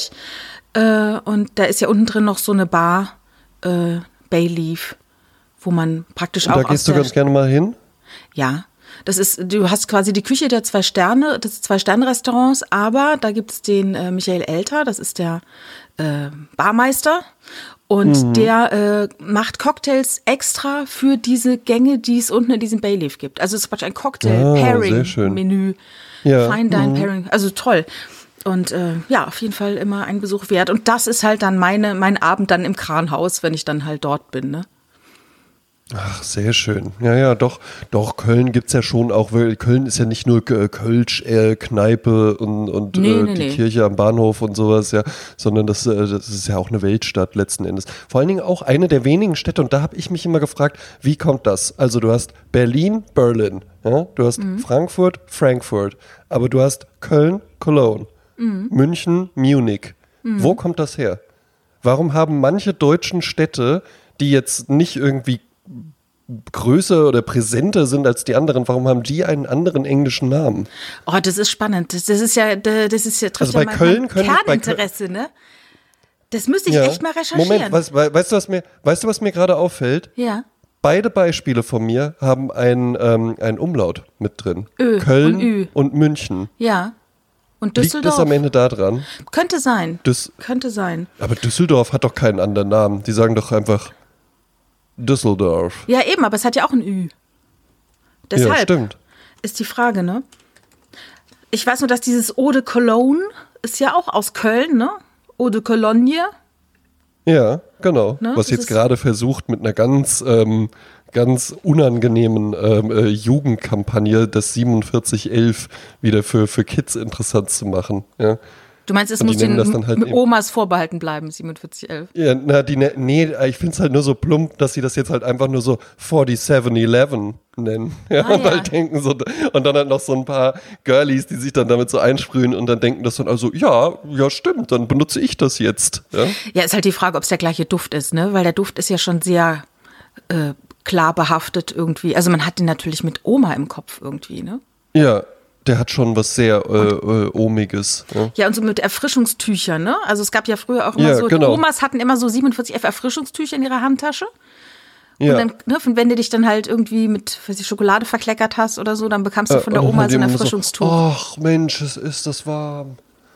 Und da ist ja unten drin noch so eine Bar, Bayleaf, wo man praktisch auch. Da gehst du ganz gerne mal hin? Ja, du hast quasi die Küche der 2 Sterne, des 2-Sterne-Restaurants, aber da gibt es den Michael Elter, das ist der Barmeister. Und der macht Cocktails extra für diese Gänge, die es unten in diesem Bayleaf gibt. Also es ist praktisch ein Cocktail-Pairing-Menü. Ja. Fine Dine Pairing. Also toll. Und auf jeden Fall immer ein Besuch wert. Und das ist halt dann mein Abend dann im Kranhaus, wenn ich dann halt dort bin, ne? Ach, sehr schön. Ja, doch, Köln gibt's ja schon auch, weil Köln ist ja nicht nur Kölsch, Kneipe und die Kirche am Bahnhof und sowas, ja, sondern das ist ja auch eine Weltstadt letzten Endes. Vor allen Dingen auch eine der wenigen Städte, und da habe ich mich immer gefragt, wie kommt das? Also du hast Berlin, ja, du hast Frankfurt, aber du hast Köln, Cologne, München, Munich. Wo kommt das her? Warum haben manche deutschen Städte, die jetzt nicht irgendwie größer oder präsenter sind als die anderen, warum haben die einen anderen englischen Namen? Oh, das ist spannend. Das ist ja trifft also bei ja Köln mein Kerninteresse, ne? Das müsste ich echt mal recherchieren. Moment, weißt du, was mir gerade auffällt? Ja. Beide Beispiele von mir haben einen Umlaut mit drin. Köln und Ü. Und München. Ja. Und Düsseldorf. Liegt das am Ende da dran? Könnte sein. Könnte sein. Aber Düsseldorf hat doch keinen anderen Namen. Die sagen doch einfach Düsseldorf. Ja, eben, aber es hat ja auch ein Ü. Deshalb stimmt. Ist die Frage, ne? Ich weiß nur, dass dieses Eau de Cologne ist ja auch aus Köln, ne? Eau de Cologne. Ja, genau. Ne? Was jetzt gerade versucht, mit einer ganz unangenehmen Jugendkampagne das 4711 wieder für Kids interessant zu machen. Ja. Du meinst, es muss den halt Omas vorbehalten bleiben, 4711? Ja, ich finde es halt nur so plump, dass sie das jetzt halt einfach nur so 4711 nennen. Ja, und halt denken so, und dann halt noch so ein paar Girlies, die sich dann damit so einsprühen und dann denken das dann also, ja, stimmt, dann benutze ich das jetzt. Ja, ist halt die Frage, ob es der gleiche Duft ist, ne? Weil der Duft ist ja schon sehr klar behaftet irgendwie. Also man hat den natürlich mit Oma im Kopf irgendwie, ne? Ja. Der hat schon was sehr Ohmiges. Ja, und so mit Erfrischungstüchern, ne? Also es gab ja früher auch immer die Omas hatten immer so 47F Erfrischungstücher in ihrer Handtasche. Ja. Und dann, wenn du dich dann halt irgendwie mit Schokolade verkleckert hast oder so, dann bekamst du von der Oma so ein Erfrischungstuch. Ach Mensch, ist das warm.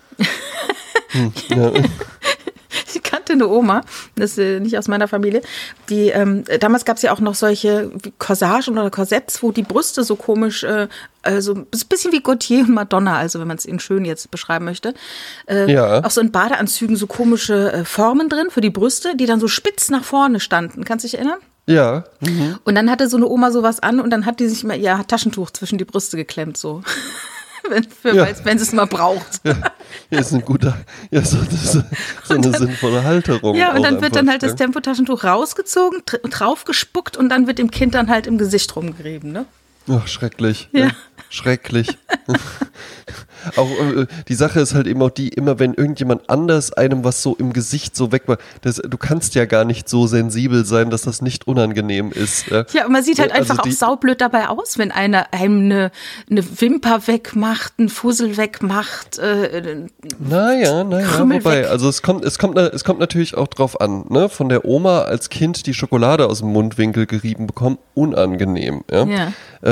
Ja. Ich kannte eine Oma, das ist nicht aus meiner Familie, die, damals gab es ja auch noch solche Corsagen oder Korsetts, wo die Brüste so komisch, so ein bisschen wie Gautier und Madonna, also wenn man es in schön jetzt beschreiben möchte, auch so in Badeanzügen so komische Formen drin für die Brüste, die dann so spitz nach vorne standen. Kannst du dich erinnern? Ja. Mhm. Und dann hatte so eine Oma sowas an und dann hat die sich mal ihr Taschentuch zwischen die Brüste geklemmt, so. Wenn sie es mal braucht. Ja, ist ein guter, so eine sinnvolle Halterung. Ja, und dann wird dann halt das Tempotaschentuch rausgezogen, draufgespuckt und dann wird dem Kind dann halt im Gesicht rumgerieben, ne? Ach, schrecklich. Ja. Schrecklich. Auch die Sache ist halt eben auch die, immer wenn irgendjemand anders einem was so im Gesicht so wegmacht, du kannst ja gar nicht so sensibel sein, dass das nicht unangenehm ist. Ja, und man sieht halt einfach auch saublöd dabei aus, wenn einer einem eine Wimper wegmacht, einen Fussel wegmacht. Naja, wobei, also es kommt natürlich auch drauf an, ne? Von der Oma als Kind die Schokolade aus dem Mundwinkel gerieben bekommen, unangenehm. Ja.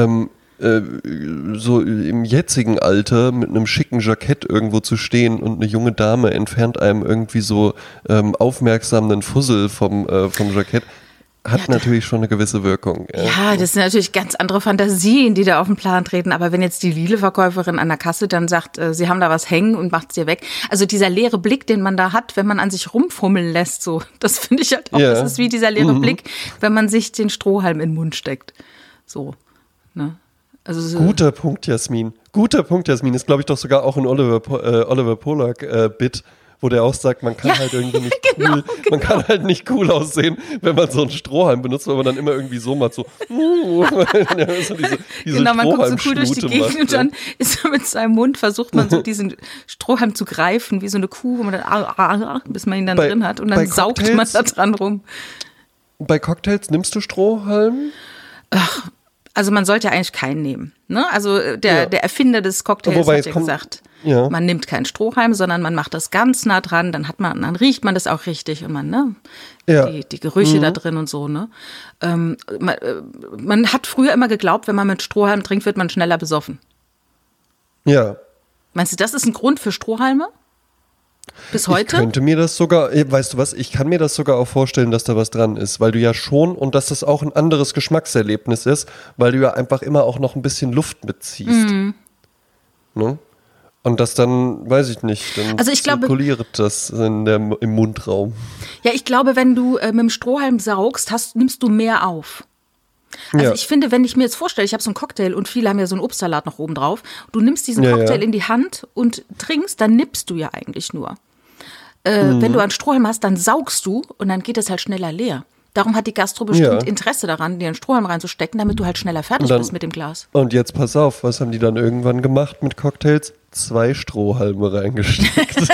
So im jetzigen Alter mit einem schicken Jackett irgendwo zu stehen und eine junge Dame entfernt einem irgendwie so aufmerksam einen Fussel vom Jackett, hat natürlich schon eine gewisse Wirkung. Ja, das sind natürlich ganz andere Fantasien, die da auf den Plan treten. Aber wenn jetzt die Lidl-Verkäuferin an der Kasse dann sagt, sie haben da was hängen und macht es dir weg. Also dieser leere Blick, den man da hat, wenn man an sich rumfummeln lässt, so, das finde ich halt auch, das ist wie dieser leere Blick, wenn man sich den Strohhalm in den Mund steckt. So, ne? Also Guter Punkt, Jasmin. Ist, glaube ich, doch sogar auch ein Oliver Polak-Bit, wo der auch sagt, man kann halt irgendwie nicht cool, man kann halt nicht cool aussehen, wenn man so einen Strohhalm benutzt, weil man dann immer irgendwie so macht, so, diese genau, man kommt so cool durch die Gegend und dann ist er mit seinem Mund, versucht man so diesen Strohhalm zu greifen, wie so eine Kuh, wo man dann, bis man ihn dann drin hat und dann saugt man da dran rum. Bei Cocktails nimmst du Strohhalm? Ach, also man sollte ja eigentlich keinen nehmen. Ne? Also der Erfinder des Cocktails hat ja gesagt, man nimmt keinen Strohhalm, sondern man macht das ganz nah dran, dann riecht man das auch richtig und man, die Gerüche da drin und so. Ne? Man hat früher immer geglaubt, wenn man mit Strohhalm trinkt, wird man schneller besoffen. Ja. Meinst du, das ist ein Grund für Strohhalme? Bis heute? Ich könnte mir das sogar, weißt du was, ich kann mir das sogar auch vorstellen, dass da was dran ist, weil du ja schon, und dass das auch ein anderes Geschmackserlebnis ist, weil du ja einfach immer auch noch ein bisschen Luft mitziehst. Ne? Und das dann, weiß ich nicht, dann zirkuliert das im Mundraum. Ja, ich glaube, wenn du mit dem Strohhalm saugst, nimmst du mehr auf. Also ich finde, wenn ich mir jetzt vorstelle, ich habe so einen Cocktail und viele haben ja so einen Obstsalat noch oben drauf, du nimmst diesen Cocktail in die Hand und trinkst, dann nippst du ja eigentlich nur. Wenn du einen Strohhalm hast, dann saugst du und dann geht es halt schneller leer. Darum hat die Gastro bestimmt Interesse daran, dir einen Strohhalm reinzustecken, damit du halt schneller fertig bist mit dem Glas. Und jetzt pass auf, was haben die dann irgendwann gemacht mit Cocktails? 2 Strohhalme reingesteckt.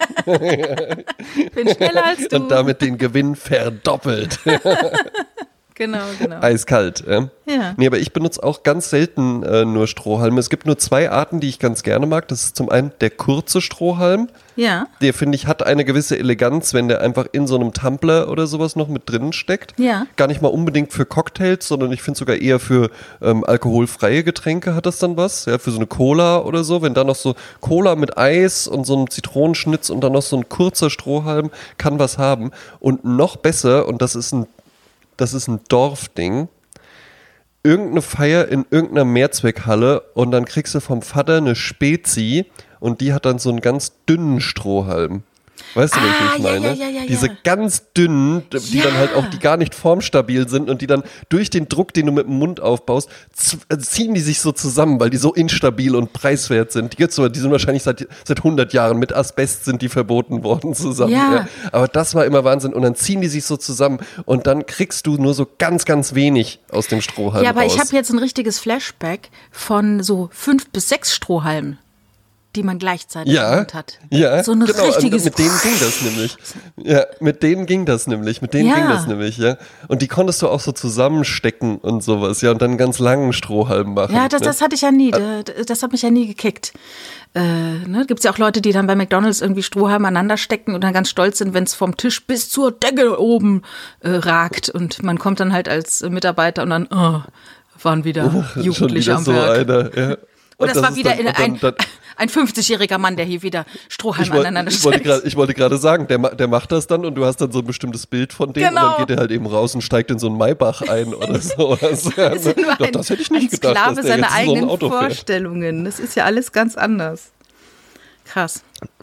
Bin schneller als du. Und damit den Gewinn verdoppelt. Genau. Eiskalt. Ja. Nee, aber ich benutze auch ganz selten nur Strohhalme. Es gibt nur 2 Arten, die ich ganz gerne mag. Das ist zum einen der kurze Strohhalm. Ja. Der, finde ich, hat eine gewisse Eleganz, wenn der einfach in so einem Tumbler oder sowas noch mit drinnen steckt. Ja. Gar nicht mal unbedingt für Cocktails, sondern ich finde sogar eher für alkoholfreie Getränke hat das dann was. Ja, für so eine Cola oder so. Wenn da noch so Cola mit Eis und so einem Zitronenschnitz und dann noch so ein kurzer Strohhalm kann was haben. Und noch besser, und das ist ein Dorfding, irgendeine Feier in irgendeiner Mehrzweckhalle und dann kriegst du vom Vater eine Spezi und die hat dann so einen ganz dünnen Strohhalm. Weißt du, welche ich meine? Ja. Diese ganz dünnen, die dann halt auch, die gar nicht formstabil sind und die dann durch den Druck, den du mit dem Mund aufbaust, ziehen die sich so zusammen, weil die so instabil und preiswert sind. Die sind wahrscheinlich seit 100 Jahren mit Asbest sind die verboten worden zusammen. Ja. Aber das war immer Wahnsinn. Und dann ziehen die sich so zusammen und dann kriegst du nur so ganz, ganz wenig aus dem Strohhalm Ja, aber raus. ich habe jetzt ein richtiges Flashback von so 5 bis 6 Strohhalmen, die man gleichzeitig im Mund hat. Ja, so ein genau, richtiges. mit denen ging das nämlich. Ja, mit denen ging das nämlich, ja. Und die konntest du auch so zusammenstecken und sowas, ja, und dann einen ganz langen Strohhalm machen. Ja, das hatte ich ja nie, das hat mich ja nie gekickt. Gibt es ja auch Leute, die dann bei McDonald's irgendwie Strohhalme aneinander stecken und dann ganz stolz sind, wenn es vom Tisch bis zur Decke oben ragt und man kommt dann halt als Mitarbeiter und dann waren wieder Jugendliche am Werk. Einer, ja. Oder es war wieder ein 50-jähriger Mann, der hier wieder Strohhalme aneinander steckt. Ich wollte gerade sagen, der macht das dann und du hast dann so ein bestimmtes Bild von dem und dann geht er halt eben raus und steigt in so einen Maybach ein oder so. Das hätte ich nicht gedacht, Sklave dass der seiner jetzt eigenen so ein Auto Vorstellungen. Das ist ja alles ganz anders. Krass.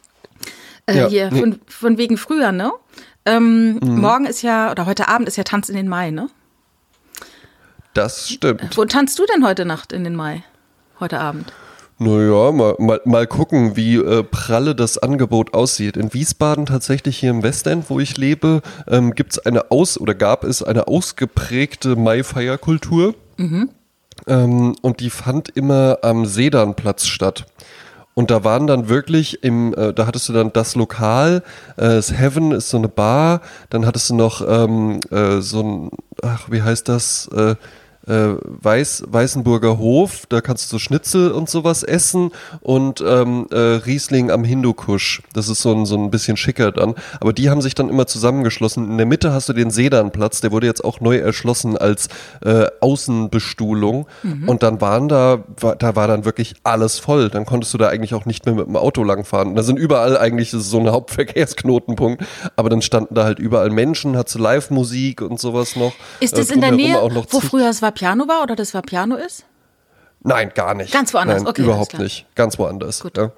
Von wegen früher, ne? Morgen ist ja, oder heute Abend ist ja Tanz in den Mai, ne? Das stimmt. Wo tanzt du denn heute Nacht in den Mai? Heute Abend? Naja, mal gucken, wie pralle das Angebot aussieht. In Wiesbaden, tatsächlich hier im Westend, wo ich lebe, gab es eine ausgeprägte Maifeierkultur. Und die fand immer am Sedanplatz statt. Und da waren dann wirklich da hattest du dann das Lokal, das Heaven ist so eine Bar, dann hattest du noch wie heißt das, Weißenburger Hof, da kannst du so Schnitzel und sowas essen und Riesling am Hindukusch, das ist so ein bisschen schicker dann, aber die haben sich dann immer zusammengeschlossen. In der Mitte hast du den Sedanplatz, der wurde jetzt auch neu erschlossen als Außenbestuhlung und dann da war dann wirklich alles voll, dann konntest du da eigentlich auch nicht mehr mit dem Auto langfahren. Und da sind überall eigentlich, das ist so ein Hauptverkehrsknotenpunkt, aber dann standen da halt überall Menschen, hattest du Live-Musik und sowas noch. Ist das in der Nähe, wo früher das Vapiano war oder das Vapiano ist? Nein, gar nicht. Ganz woanders, Nein, okay. Überhaupt nicht, ganz woanders. Gut. Ja.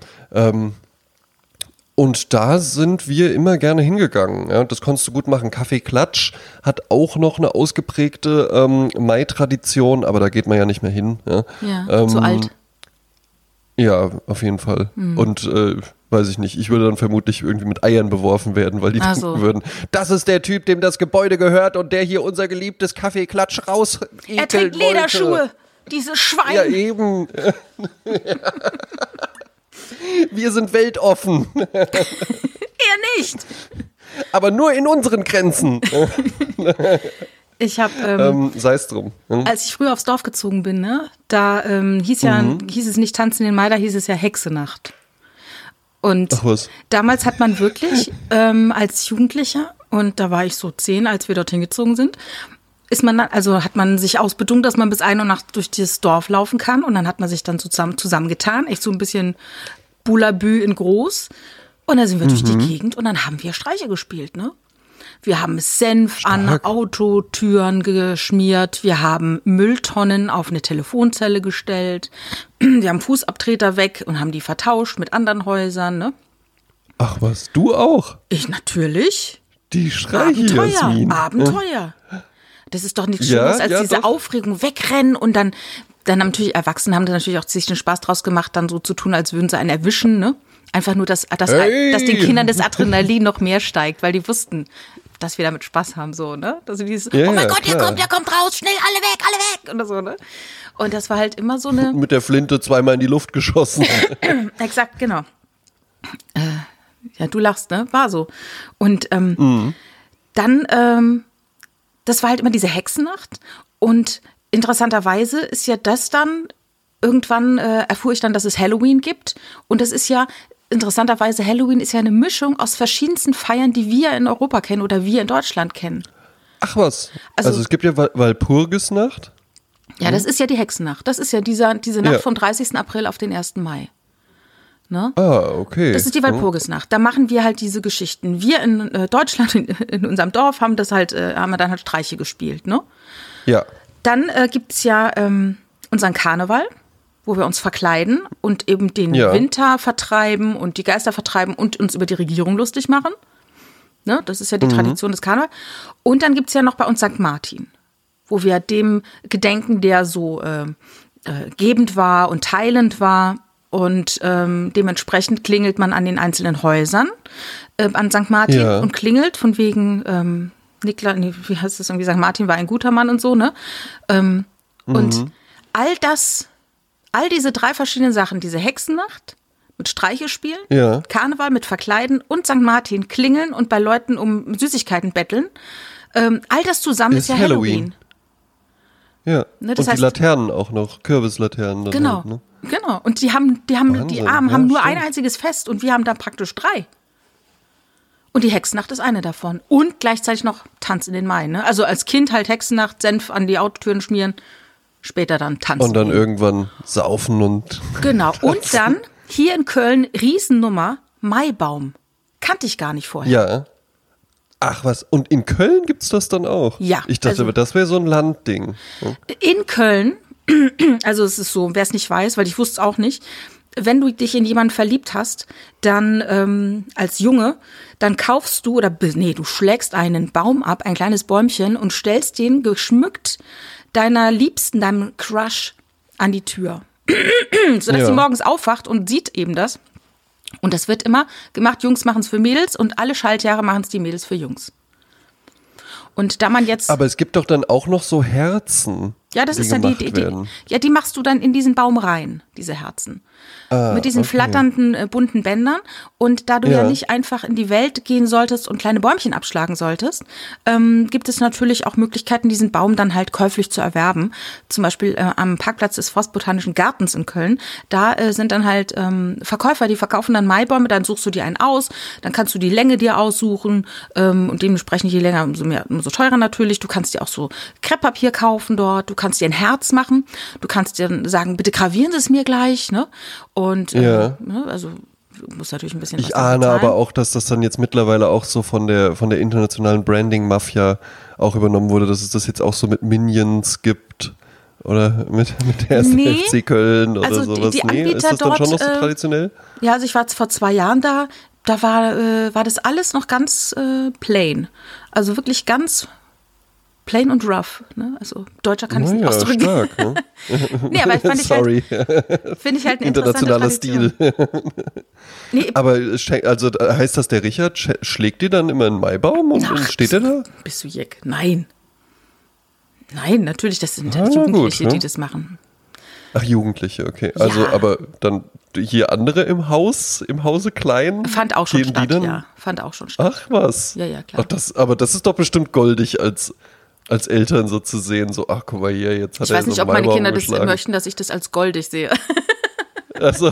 Und da sind wir immer gerne hingegangen. Ja. Das konntest du gut machen. Kaffeeklatsch hat auch noch eine ausgeprägte Mai-Tradition, aber da geht man ja nicht mehr hin. Ja, zu alt. Ja, auf jeden Fall. Und weiß ich nicht, ich würde dann vermutlich irgendwie mit Eiern beworfen werden, weil die denken würden, das ist der Typ, dem das Gebäude gehört und der hier unser geliebtes Kaffeeklatsch raus Er trägt Lederschuhe, dieses Schwein. Ja, eben. Wir sind weltoffen. Er nicht. Aber nur in unseren Grenzen. Ich habe, sei es drum. Als ich früher aufs Dorf gezogen bin, ne, da hieß es nicht Tanzen in den Mai, da hieß es ja Hexenacht. Und damals hat man wirklich als Jugendlicher, und da war ich so 10, als wir dorthin gezogen sind, hat man sich ausbedungen, dass man bis 1 Uhr nachts durch das Dorf laufen kann. Und dann hat man sich dann zusammengetan, echt so ein bisschen Boulabü in groß. Und dann sind wir durch die Gegend und dann haben wir Streiche gespielt, ne? Wir haben Senf an Autotüren geschmiert, wir haben Mülltonnen auf eine Telefonzelle gestellt, wir haben Fußabtreter weg und haben die vertauscht mit anderen Häusern, ne? Ach was, du auch? Ich natürlich. Die Streiche, Jasmin. Abenteuer. Das ist doch nichts Schönes, als diese Aufregung wegrennen und dann haben natürlich Erwachsene haben da natürlich auch sich den Spaß draus gemacht, dann so zu tun, als würden sie einen erwischen, ne? Einfach nur, dass den Kindern das Adrenalin noch mehr steigt, weil die wussten, dass wir damit Spaß haben, so, ne? Dass sie dieses, oh mein Gott, der kommt raus, schnell, alle weg, oder so, ne? Und das war halt immer so eine... Mit der Flinte zweimal in die Luft geschossen. Exakt, genau. Ja, du lachst, ne? War so. Und dann, das war halt immer diese Hexennacht und interessanterweise ist ja das dann, irgendwann erfuhr ich dann, dass es Halloween gibt und das ist ja, interessanterweise, Halloween ist ja eine Mischung aus verschiedensten Feiern, die wir in Europa kennen oder wir in Deutschland kennen. Ach was, also es gibt ja Walpurgisnacht. Ja, das ist ja die Hexennacht. Das ist ja diese Nacht vom 30. April auf den 1. Mai. Ne? Ah, okay. Das ist die Walpurgisnacht. Da machen wir halt diese Geschichten. Wir in Deutschland, in unserem Dorf, haben wir dann halt Streiche gespielt. Ne? Ja. Dann gibt's ja unseren Karneval, wo wir uns verkleiden und eben den Winter vertreiben und die Geister vertreiben und uns über die Regierung lustig machen. Ne? Das ist ja die Tradition des Karnevals. Und dann gibt's ja noch bei uns St. Martin, wo wir dem gedenken, der so gebend war und teilend war. Und dementsprechend klingelt man an den einzelnen Häusern an St. Martin und klingelt von wegen wie heißt das irgendwie, St. Martin war ein guter Mann und so, ne? Und all diese 3 verschiedenen Sachen, diese Hexennacht mit Streiche spielen, Karneval mit Verkleiden und St. Martin klingeln und bei Leuten um Süßigkeiten betteln, all das zusammen ist ja Halloween. Ja, ne, und die Laternen auch noch, Kürbislaternen. Genau, halt, ne? Genau. Und die Armen haben nur ein einziges Fest und wir haben dann praktisch 3. Und die Hexennacht ist eine davon. Und gleichzeitig noch Tanz in den Mai. Ne? Also als Kind halt Hexennacht, Senf an die Autotüren schmieren, später dann tanzen. Und dann irgendwann saufen und... Genau. Und dann hier in Köln, Riesennummer, Maibaum. Kannte ich gar nicht vorher. Ja. Ach was, und in Köln gibt's das dann auch? Ja. Ich dachte, das wäre so ein Landding. In Köln, also es ist so, wer es nicht weiß, weil ich wusste es auch nicht, wenn du dich in jemanden verliebt hast, dann als Junge, dann kaufst du du schlägst einen Baum ab, ein kleines Bäumchen und stellst den geschmückt deiner Liebsten, deinem Crush an die Tür, sodass sie morgens aufwacht und sieht eben das. Und das wird immer gemacht, Jungs machen es für Mädels und alle Schaltjahre machen es die Mädels für Jungs. Und da man jetzt... Aber es gibt doch dann auch noch so Herzen. Ja, das ist dann die machst du dann in diesen Baum rein, diese Herzen. Mit diesen flatternden, bunten Bändern. Und da du ja nicht einfach in die Welt gehen solltest und kleine Bäumchen abschlagen solltest, gibt es natürlich auch Möglichkeiten, diesen Baum dann halt käuflich zu erwerben. Zum Beispiel am Parkplatz des Forstbotanischen Gartens in Köln. Da sind dann halt Verkäufer, die verkaufen dann Maibäume, dann suchst du dir einen aus, dann kannst du die Länge dir aussuchen und dementsprechend je länger, umso teurer natürlich. Du kannst dir auch so Krepppapier kaufen dort, du kannst dir ein Herz machen, du kannst dir sagen, bitte gravieren Sie es mir gleich, ne? Und also muss natürlich ein bisschen was Ich ahne aber auch, dass das dann jetzt mittlerweile auch so von der internationalen Branding-Mafia auch übernommen wurde, dass es das jetzt auch so mit Minions gibt oder mit der FC Köln oder also sowas. Die Anbieter ist das dann dort, schon noch so traditionell? Ja, also ich war vor 2 Jahren da war das alles noch ganz plain. Also wirklich ganz plain und rough, ne? Also deutscher kann ich es nicht ausdrücken. Stark, ne? Nee, aber finde ich halt eine internationaler Stil. Nee, aber also heißt das, der Richard schlägt dir dann immer einen Maibaum und steht er da? Bist du jeck? Nein, natürlich, das sind Jugendliche, gut, ne? Die das machen. Ach, Jugendliche, okay. Also, aber dann hier andere im Hause klein? Fand auch schon statt, Fand auch schon statt. Ach, was? Ja, klar. Aber das ist doch bestimmt goldig als Eltern so zu sehen, so, ach, guck mal hier, jetzt hat er so einen Maibaum geschlagen. Ich weiß nicht, ob meine Kinder das möchten, dass ich das als goldig sehe. Achso,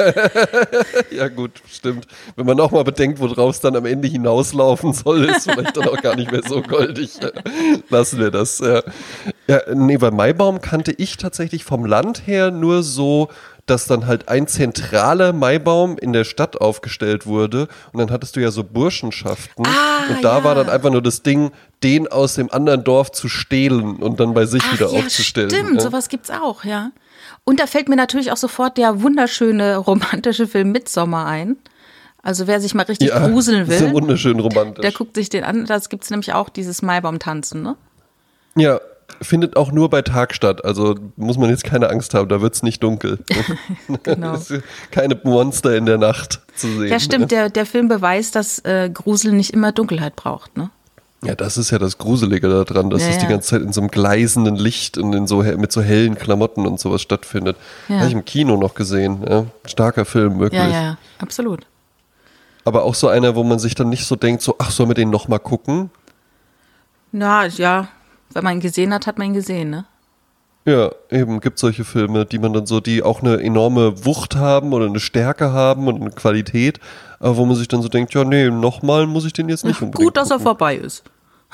ja gut, stimmt. Wenn man auch mal bedenkt, worauf es dann am Ende hinauslaufen soll, ist vielleicht dann auch gar nicht mehr so goldig. Lassen wir das. Ja, nee, weil Maibaum kannte ich tatsächlich vom Land her nur so dass dann halt ein zentraler Maibaum in der Stadt aufgestellt wurde und dann hattest du ja so Burschenschaften und da war dann einfach nur das Ding, den aus dem anderen Dorf zu stehlen und dann bei sich wieder aufzustellen. Stimmt, sowas gibt's auch, ja. Und da fällt mir natürlich auch sofort der wunderschöne romantische Film Midsommar ein. Also wer sich mal richtig gruseln will, ist ja wunderschön romantisch. Der guckt sich den an. Das gibt's nämlich auch, dieses Maibaumtanzen, ne? Ja, findet auch nur bei Tag statt. Also muss man jetzt keine Angst haben, da wird's nicht dunkel. Genau. Keine Monster in der Nacht zu sehen. Ja, stimmt. Der Film beweist, dass Grusel nicht immer Dunkelheit braucht, ne? Ja, das ist ja das Gruselige daran, dass es die ganze Zeit in so einem gleißenden Licht und mit so hellen Klamotten und sowas stattfindet. Ja. Habe ich im Kino noch gesehen. Ja. Starker Film, wirklich. Ja, absolut. Aber auch so einer, wo man sich dann nicht so denkt, so, ach, sollen wir den nochmal gucken? Na, ja, wenn man ihn gesehen hat, hat man ihn gesehen, ne? Ja, eben, gibt solche Filme, die man dann so, die auch eine enorme Wucht haben oder eine Stärke haben und eine Qualität, aber wo man sich dann so denkt, ja, nee, nochmal muss ich den jetzt nicht unbedingt gut, dass er vorbei ist.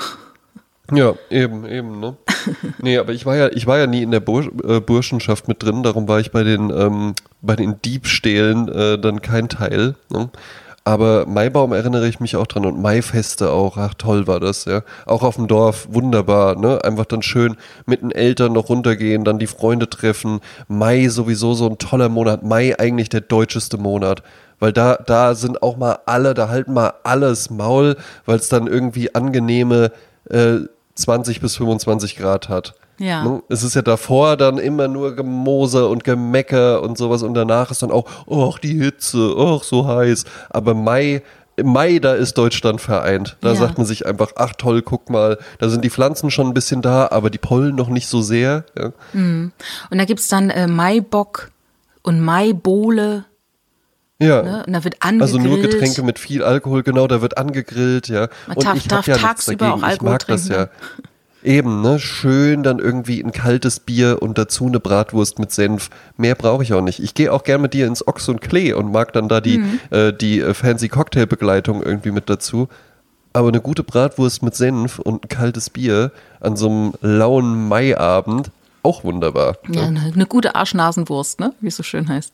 Ja, eben, ne? Nee, aber ich war ja nie in der Burschenschaft mit drin, darum war ich bei den Diebstählen dann kein Teil, ne? Aber Maibaum erinnere ich mich auch dran und Maifeste auch, ach toll war das, ja. Auch auf dem Dorf, wunderbar, ne. Einfach dann schön mit den Eltern noch runtergehen, dann die Freunde treffen. Mai sowieso so ein toller Monat, Mai eigentlich der deutscheste Monat. Weil da sind auch mal alle, da halten mal alles Maul, weil es dann irgendwie angenehme 20 bis 25 Grad hat. Ja. Es ist ja davor dann immer nur Gemose und Gemecker und sowas und danach ist dann auch, ach die Hitze, ach so heiß. Aber im Mai, da ist Deutschland vereint. Da sagt man sich einfach, ach toll, guck mal, da sind die Pflanzen schon ein bisschen da, aber die Pollen noch nicht so sehr. Ja. Und da gibt's dann Maibock und Maibohle. Ja, ne? Und da wird angegrillt. Also nur Getränke mit viel Alkohol, genau, da wird angegrillt, ja. Man und ich darf ja tagsüber auch Alkohol ich mag trinken. Das ja. Eben, ne, schön dann irgendwie ein kaltes Bier und dazu eine Bratwurst mit Senf. Mehr brauche ich auch nicht. Ich gehe auch gern mit dir ins Ochs und Klee und mag dann da die fancy Cocktailbegleitung irgendwie mit dazu. Aber eine gute Bratwurst mit Senf und ein kaltes Bier an so einem lauen Maiabend, auch wunderbar. Ja, eine gute Arschnasenwurst, ne, wie es so schön heißt.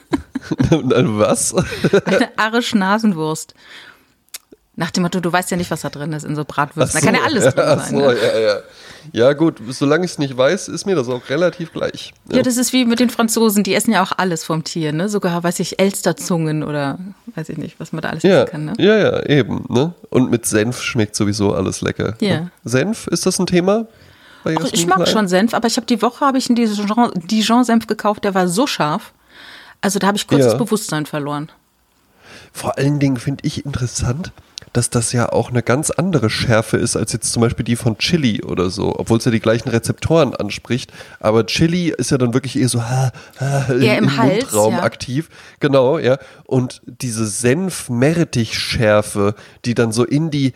Was? Eine Arschnasenwurst. Nach dem Motto, du weißt ja nicht, was da drin ist in so Bratwürsten. Da kann ja alles drin sein. Ne? Ja. Ja gut, solange ich es nicht weiß, ist mir das auch relativ gleich. Ja, das ist wie mit den Franzosen, die essen ja auch alles vom Tier, ne? Sogar, weiß ich, Elsterzungen oder weiß ich nicht, was man da alles essen kann, ne? Ja, eben, ne? Und mit Senf schmeckt sowieso alles lecker. Ja. Ne? Senf, ist das ein Thema? Ach, ich mag schon Senf, aber die Woche habe ich einen Dijon-Senf gekauft, der war so scharf. Also da habe ich kurz das Bewusstsein verloren. Vor allen Dingen finde ich interessant, dass das ja auch eine ganz andere Schärfe ist als jetzt zum Beispiel die von Chili oder so, obwohl es ja die gleichen Rezeptoren anspricht. Aber Chili ist ja dann wirklich eher so im Hals, Mundraum aktiv. Genau, ja. Und diese Senf-Meerrettich-Schärfe, die dann so in die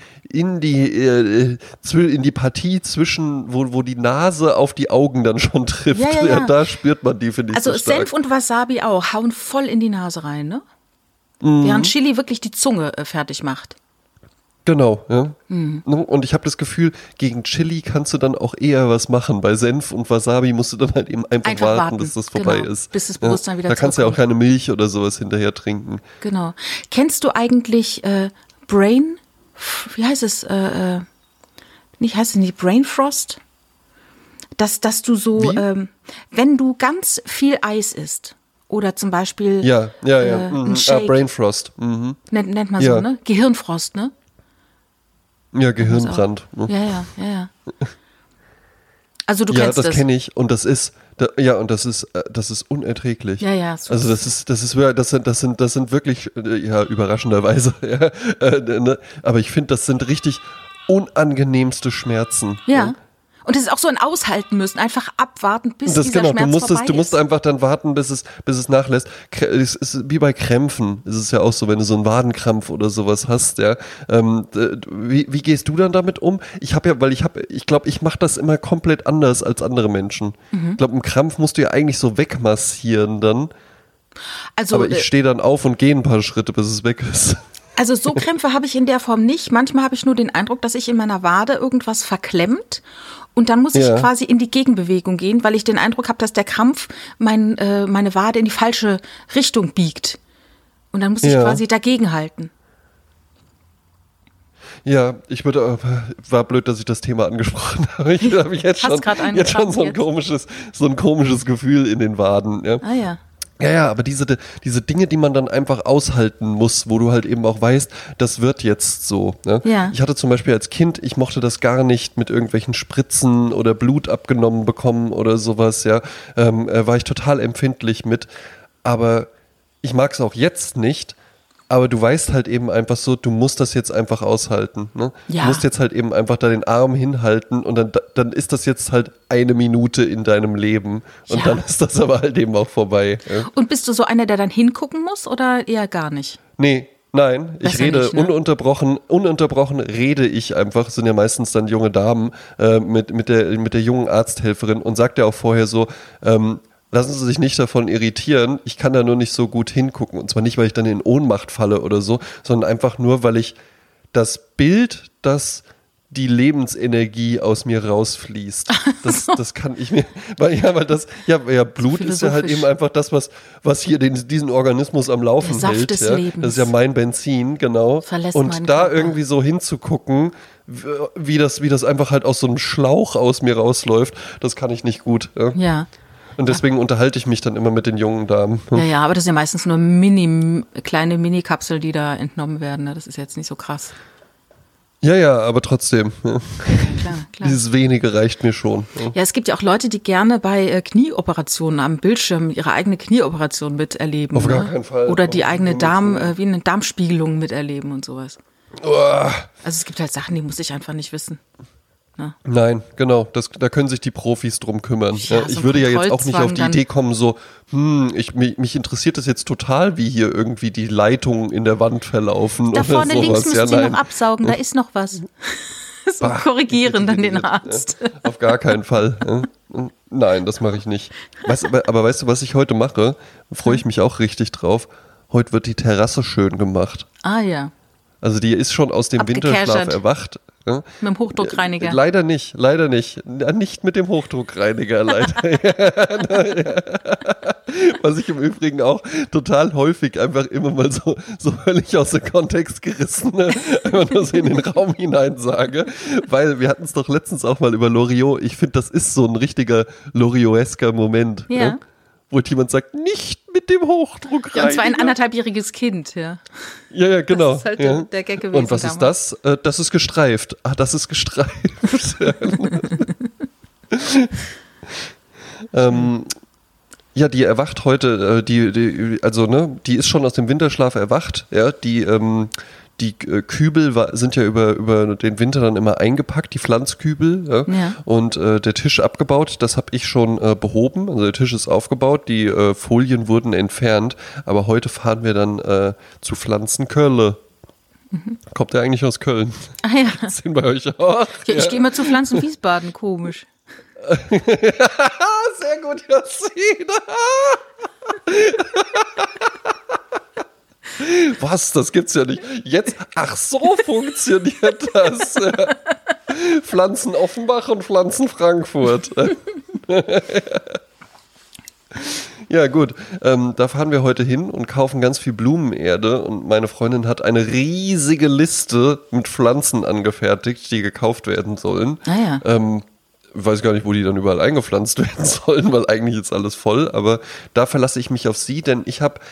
Partie zwischen, wo die Nase auf die Augen dann schon trifft, ja, da spürt man die, finde ich, also so stark. Senf und Wasabi auch, hauen voll in die Nase rein, ne? Während Chili wirklich die Zunge fertig macht. Genau, ja. Und ich habe das Gefühl, gegen Chili kannst du dann auch eher was machen. Bei Senf und Wasabi musst du dann halt eben einfach warten, bis das vorbei ist. Bis das Bewusstsein wieder zurückkommt. Da kannst du ja auch keine Milch oder sowas hinterher trinken. Genau. Kennst du eigentlich Brain, wie heißt es, heißt es nicht Brain Frost? Dass du so, wenn du ganz viel Eis isst, oder zum Beispiel ein Shake. Brain Frost. Nennt man so, ne? Gehirnfrost, ne? Ja, Gehirnbrand. Ja. Also du kennst das. Ja, das kenne ich und das ist unerträglich. Ja. Also das sind wirklich überraschenderweise. Ne? Aber ich finde, das sind richtig unangenehmste Schmerzen. Ja. Ne? Und es ist auch so ein Aushalten müssen, einfach abwarten, bis dieser Schmerz vorbei ist. Du musst einfach dann warten, bis es nachlässt. Es ist wie bei Krämpfen. Es ist ja auch so, wenn du so einen Wadenkrampf oder sowas hast, ja. Wie gehst du dann damit um? Ich glaube, ich mache das immer komplett anders als andere Menschen. Ich glaube, einen Krampf musst du ja eigentlich so wegmassieren dann. Also, aber ich stehe dann auf und gehe ein paar Schritte, bis es weg ist. Also so Krämpfe habe ich in der Form nicht. Manchmal habe ich nur den Eindruck, dass sich in meiner Wade irgendwas verklemmt. Und dann muss ich quasi in die Gegenbewegung gehen, weil ich den Eindruck habe, dass der Krampf meine Wade in die falsche Richtung biegt. Und dann muss ich quasi dagegenhalten. Ja, war blöd, dass ich das Thema angesprochen habe. Ich habe jetzt schon so ein komisches Gefühl in den Waden. Ja. Ah ja. Ja, aber diese Dinge, die man dann einfach aushalten muss, wo du halt eben auch weißt, das wird jetzt so. Ne? Ja. Ich hatte zum Beispiel als Kind, ich mochte das gar nicht mit irgendwelchen Spritzen oder Blut abgenommen bekommen oder sowas, ja. War ich total empfindlich mit. Aber ich mag es auch jetzt nicht. Aber du weißt halt eben einfach so, du musst das jetzt einfach aushalten. Ne? Ja. Du musst jetzt halt eben einfach da den Arm hinhalten und dann ist das jetzt halt 1 Minute in deinem Leben und dann ist das aber halt eben auch vorbei. Ja? Und bist du so einer, der dann hingucken muss oder eher gar nicht? Nein, ich rede nicht, ne? ununterbrochen rede ich einfach, sind ja meistens dann junge Damen, mit der jungen Arzthelferin und sagt ja auch vorher so, lassen Sie sich nicht davon irritieren, ich kann da nur nicht so gut hingucken. Und zwar nicht, weil ich dann in Ohnmacht falle oder so, sondern einfach nur, weil ich das Bild, das die Lebensenergie aus mir rausfließt. Das kann ich mir, Blut ist ja halt eben einfach das, was hier diesen Organismus am Laufen der Saft hält. Des Ja. Lebens. Das ist ja mein Benzin, genau. Und da Körper. irgendwie so hinzugucken, wie das einfach halt aus so einem Schlauch aus mir rausläuft, das kann ich nicht gut. Ja. Und deswegen unterhalte ich mich dann immer mit den jungen Damen. Ja, aber das sind ja meistens nur kleine Mini-Kapseln, die da entnommen werden. Ne? Das ist jetzt nicht so krass. Ja, aber trotzdem. Ja. Klar. Dieses wenige reicht mir schon. Ja, es gibt ja auch Leute, die gerne bei Knieoperationen am Bildschirm ihre eigene Knieoperation miterleben. Auf gar keinen Fall. Oder die eigene wie eine Darmspiegelung miterleben und sowas. Also es gibt halt Sachen, die muss ich einfach nicht wissen. Ne? Nein, genau, da können sich die Profis drum kümmern. Ja, ich so würde ja jetzt auch nicht auf die dann Idee kommen, so, mich interessiert das jetzt total, wie hier irgendwie die Leitungen in der Wand verlaufen. Da oder vorne sowas. links müssen Sie noch absaugen, da ist noch was. So korrigieren dann den Arzt. Auf gar keinen Fall. Nein, das mache ich nicht. Aber weißt du, was ich heute mache? Da freue ich mich auch richtig drauf. Heute wird die Terrasse schön gemacht. Ah ja. Also die ist schon aus dem Winterschlaf erwacht. Ja? Mit dem Hochdruckreiniger. Leider nicht. Nicht mit dem Hochdruckreiniger, leider. Was ich im Übrigen auch total häufig einfach immer mal so völlig aus dem Kontext gerissen, einfach nur so in den Raum hinein sage. Weil wir hatten es doch letztens auch mal über Loriot. Ich finde, das ist so ein richtiger Loriot-esker Moment. Ja. Ne? Wo jemand sagt, nicht mit dem Hochdruckreiniger. Ja, und zwar ein 1,5-jähriges Kind, ja. Ja, genau. Das ist halt der Gag gewesen. Und was ist das? Das ist gestreift. Das ist gestreift. Die erwacht heute, die ist schon aus dem Winterschlaf erwacht, ja, die Kübel sind ja über den Winter dann immer eingepackt, die Pflanzkübel, ja. Und der Tisch abgebaut, das habe ich schon behoben, also der Tisch ist aufgebaut, die Folien wurden entfernt, aber heute fahren wir dann zu Pflanzenkölle. Kommt der eigentlich aus Köln? Ah ja. Das sind bei euch auch. Ja, ich gehe mal zu Pflanzen Wiesbaden, komisch. Sehr gut, Jasmin. Was? Das gibt's ja nicht. Jetzt, ach so funktioniert das. Pflanzen Offenbach und Pflanzen Frankfurt. Ja gut, da fahren wir heute hin und kaufen ganz viel Blumenerde und meine Freundin hat eine riesige Liste mit Pflanzen angefertigt, die gekauft werden sollen. Ah ja. Weiß gar nicht, wo die dann überall eingepflanzt werden sollen, weil eigentlich ist alles voll, aber da verlasse ich mich auf sie, denn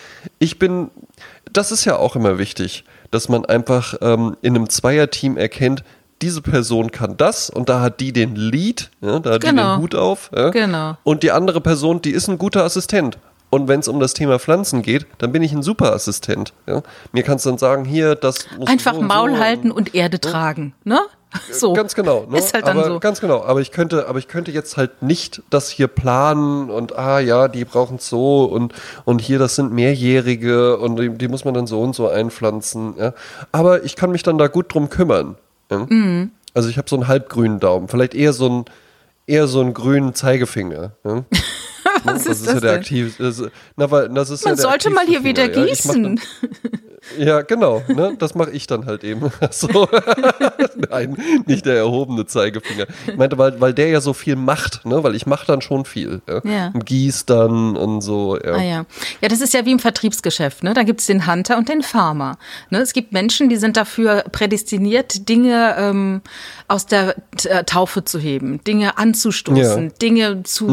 das ist ja auch immer wichtig, dass man einfach in einem Zweierteam erkennt, diese Person kann das und da hat die den Lead, ja, da hat die den Hut auf. Ja, genau. Und die andere Person, die ist ein guter Assistent. Und wenn es um das Thema Pflanzen geht, dann bin ich ein super Assistent. Ja. Mir kannst du dann sagen, hier, das muss einfach so und Maul so halten und Erde tragen, ne? So. Ganz genau. Ne? Ist halt dann so. Ganz genau. Aber ich könnte jetzt halt nicht das hier planen und die brauchen es so und hier, das sind Mehrjährige und die muss man dann so und so einpflanzen. Ja. Aber ich kann mich dann da gut drum kümmern. Ja. Mhm. Also ich habe so einen halbgrünen Daumen, vielleicht eher so einen grünen Zeigefinger. Ja. Was das ist das ja der denn? aktiv. Man sollte mal hier wieder gießen. Ja, genau, ne? Das mache ich dann halt eben. So. Nein, nicht der erhobene Zeigefinger. Ich meinte, weil der ja so viel macht, ne? Weil ich mache dann schon viel. Ja. Und gieß dann und so. Ja. Ah, ja. Ja, das ist ja wie im Vertriebsgeschäft, ne? Da gibt es den Hunter und den Farmer. Ne? Es gibt Menschen, die sind dafür prädestiniert, Dinge aus der Taufe zu heben, Dinge anzustoßen, Dinge zu,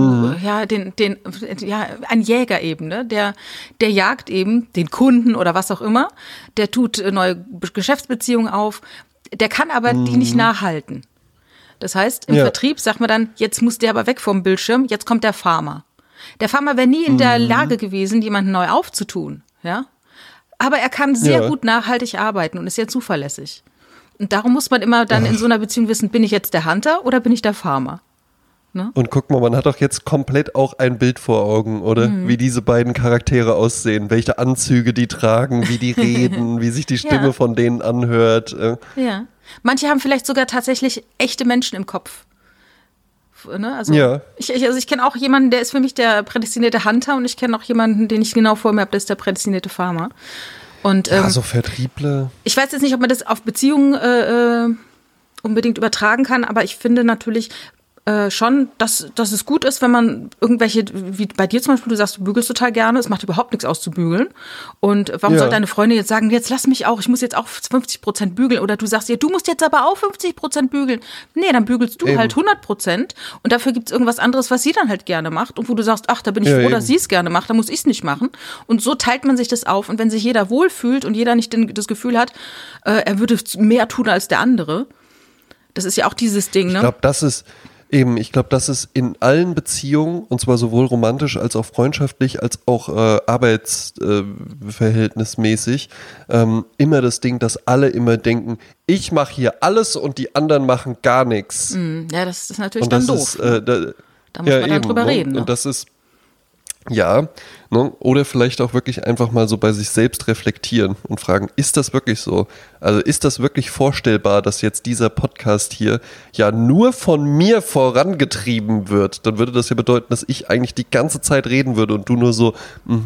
ein Jäger eben, ne? Der jagt eben den Kunden oder was auch immer, der tut neue Geschäftsbeziehungen auf, der kann aber die nicht nachhalten. Das heißt, im Vertrieb sagt man dann, jetzt muss der aber weg vom Bildschirm, jetzt kommt der Farmer. Der Farmer wäre nie in der Lage gewesen, jemanden neu aufzutun, ja. Aber er kann sehr gut nachhaltig arbeiten und ist sehr zuverlässig. Und darum muss man immer dann in so einer Beziehung wissen, bin ich jetzt der Hunter oder bin ich der Farmer? Ne? Und guck mal, man hat doch jetzt komplett auch ein Bild vor Augen, oder? Wie diese beiden Charaktere aussehen, welche Anzüge die tragen, wie die reden, wie sich die Stimme von denen anhört. Ja. Manche haben vielleicht sogar tatsächlich echte Menschen im Kopf. Ne? Also ich kenne auch jemanden, der ist für mich der prädestinierte Hunter und ich kenne auch jemanden, den ich genau vor mir habe, das ist der prädestinierte Farmer. Und, so Vertriebler. Ich weiß jetzt nicht, ob man das auf Beziehungen unbedingt übertragen kann, aber ich finde natürlich schon, dass es gut ist, wenn man irgendwelche, wie bei dir zum Beispiel, du sagst, du bügelst total gerne, es macht überhaupt nichts aus zu bügeln. Und warum soll deine Freundin jetzt sagen, jetzt lass mich auch, ich muss jetzt auch 50% bügeln? Oder du sagst ihr, du musst jetzt aber auch 50% bügeln. Nee, dann bügelst du halt 100% und dafür gibt es irgendwas anderes, was sie dann halt gerne macht und wo du sagst, ach, da bin ich froh, dass sie es gerne macht, da muss ich es nicht machen. Und so teilt man sich das auf und wenn sich jeder wohlfühlt und jeder nicht das Gefühl hat, er würde mehr tun als der andere, das ist ja auch dieses Ding, ne? Ich glaube, das ist in allen Beziehungen, und zwar sowohl romantisch als auch freundschaftlich, als auch arbeitsverhältnismäßig, immer das Ding, dass alle immer denken, ich mache hier alles und die anderen machen gar nichts. Ja, das ist natürlich dann doof. Da muss man dann drüber reden. Ne? Und das ist, oder vielleicht auch wirklich einfach mal so bei sich selbst reflektieren und fragen, ist das wirklich so? Also ist das wirklich vorstellbar, dass jetzt dieser Podcast hier ja nur von mir vorangetrieben wird? Dann würde das ja bedeuten, dass ich eigentlich die ganze Zeit reden würde und du nur so,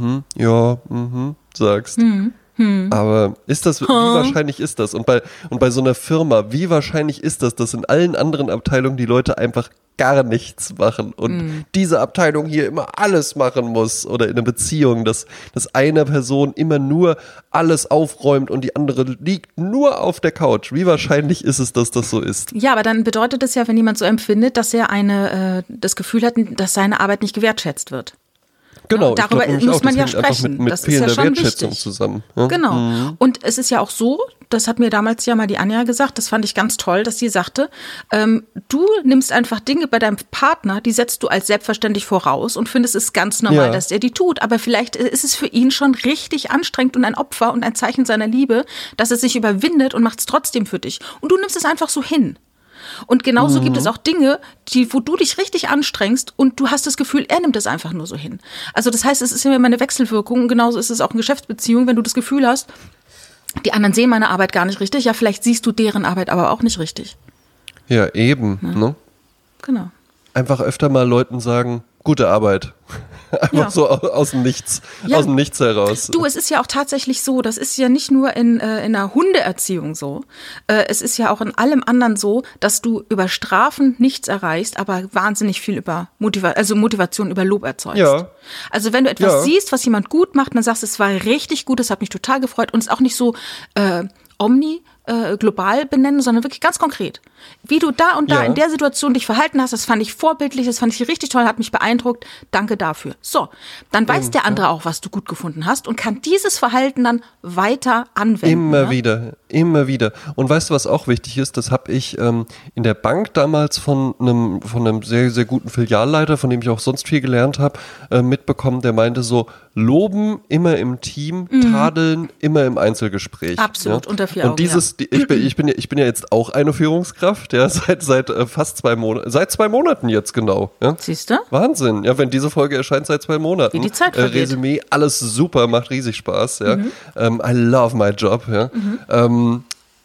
sagst. Aber ist das, wie wahrscheinlich ist das? Und bei so einer Firma, wie wahrscheinlich ist das, dass in allen anderen Abteilungen die Leute einfach gar nichts machen und diese Abteilung hier immer alles machen muss oder in einer Beziehung, dass eine Person immer nur alles aufräumt und die andere liegt nur auf der Couch. Wie wahrscheinlich ist es, dass das so ist? Ja, aber dann bedeutet es ja, wenn jemand so empfindet, dass er das Gefühl hat, dass seine Arbeit nicht gewertschätzt wird. Genau, darüber muss man ja sprechen. Mit das ist ja schon Wertschätzung wichtig. Zusammen. Ja? Genau. Und es ist ja auch so, das hat mir damals ja mal die Anja gesagt, das fand ich ganz toll, dass sie sagte, du nimmst einfach Dinge bei deinem Partner, die setzt du als selbstverständlich voraus und findest es ganz normal, dass er die tut. Aber vielleicht ist es für ihn schon richtig anstrengend und ein Opfer und ein Zeichen seiner Liebe, dass er sich überwindet und macht es trotzdem für dich. Und du nimmst es einfach so hin. Und genauso gibt es auch Dinge, wo du dich richtig anstrengst und du hast das Gefühl, er nimmt das einfach nur so hin. Also das heißt, es ist immer eine Wechselwirkung und genauso ist es auch in Geschäftsbeziehungen, wenn du das Gefühl hast, die anderen sehen meine Arbeit gar nicht richtig, ja, vielleicht siehst du deren Arbeit aber auch nicht richtig. Ja, eben. Ja. Ne? Genau. Einfach öfter mal Leuten sagen, gute Arbeit. Einfach so aus dem Nichts, aus dem Nichts heraus. Du, es ist ja auch tatsächlich so, das ist ja nicht nur in einer Hundeerziehung so, es ist ja auch in allem anderen so, dass du über Strafen nichts erreichst, aber wahnsinnig viel über Motivation über Lob erzeugst. Ja. Also wenn du etwas siehst, was jemand gut macht, dann sagst du, es war richtig gut, das hat mich total gefreut und es ist auch nicht so global benennen, sondern wirklich ganz konkret. Wie du da und da in der Situation dich verhalten hast, das fand ich vorbildlich, das fand ich richtig toll, hat mich beeindruckt, danke dafür. So, dann weiß der andere auch, was du gut gefunden hast und kann dieses Verhalten dann weiter anwenden. Immer wieder. Und weißt du, was auch wichtig ist? Das habe ich in der Bank damals von einem sehr, sehr guten Filialleiter, von dem ich auch sonst viel gelernt habe, mitbekommen, der meinte so, loben immer im Team, tadeln immer im Einzelgespräch. Absolut, ja? unter 4 Augen. Und dieses, ich bin ja jetzt auch eine Führungskraft, ja, seit fast 2 Monaten, seit 2 Monaten jetzt genau. Ja? Siehst du? Wahnsinn, ja, wenn diese Folge erscheint, seit 2 Monaten. Wie die Zeit vergeht. Resümee, alles super, macht riesig Spaß, ja. I love my job, ja.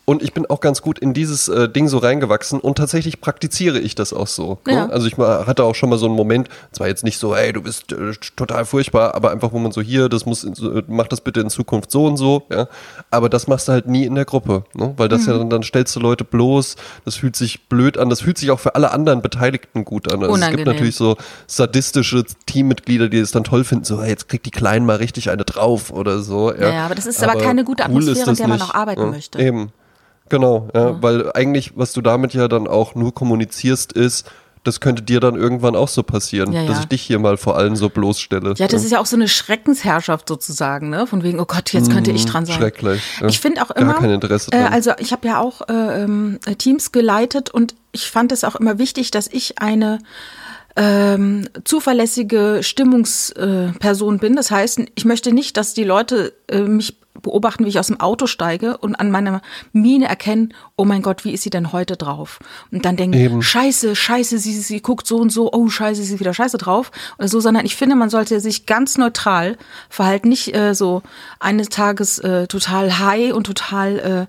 Und ich bin auch ganz gut in dieses Ding so reingewachsen und tatsächlich praktiziere ich das auch so. Ja. Ne? Also ich hatte auch schon mal so einen Moment, zwar jetzt nicht so, ey, du bist total furchtbar, aber einfach, wo man so hier, mach das bitte in Zukunft so und so, ja. Aber das machst du halt nie in der Gruppe, ne? Weil das ja dann stellst du Leute bloß, das fühlt sich blöd an, das fühlt sich auch für alle anderen Beteiligten gut an. Also es gibt natürlich so sadistische Teammitglieder, die es dann toll finden, so, hey, jetzt kriegt die Kleinen mal richtig eine drauf oder so. Ja, aber das ist aber keine gute Atmosphäre, in der man auch arbeiten möchte. Eben. Genau, ja, weil eigentlich, was du damit ja dann auch nur kommunizierst, ist, das könnte dir dann irgendwann auch so passieren, dass ich dich hier mal vor allen so bloßstelle. Ja, das ist ja auch so eine Schreckensherrschaft sozusagen, ne? Von wegen, oh Gott, jetzt könnte ich dran sein. Schrecklich. Ja. Ich finde auch immer, gar kein Interesse dran. Also ich habe ja auch Teams geleitet und ich fand es auch immer wichtig, dass ich eine zuverlässige Stimmungsperson bin. Das heißt, ich möchte nicht, dass die Leute mich beobachten, wie ich aus dem Auto steige und an meiner Miene erkennen, oh mein Gott, wie ist sie denn heute drauf? Und dann denken, scheiße, sie guckt so und so, oh scheiße, sie ist wieder scheiße drauf oder so, sondern ich finde, man sollte sich ganz neutral verhalten, nicht so eines Tages total high und total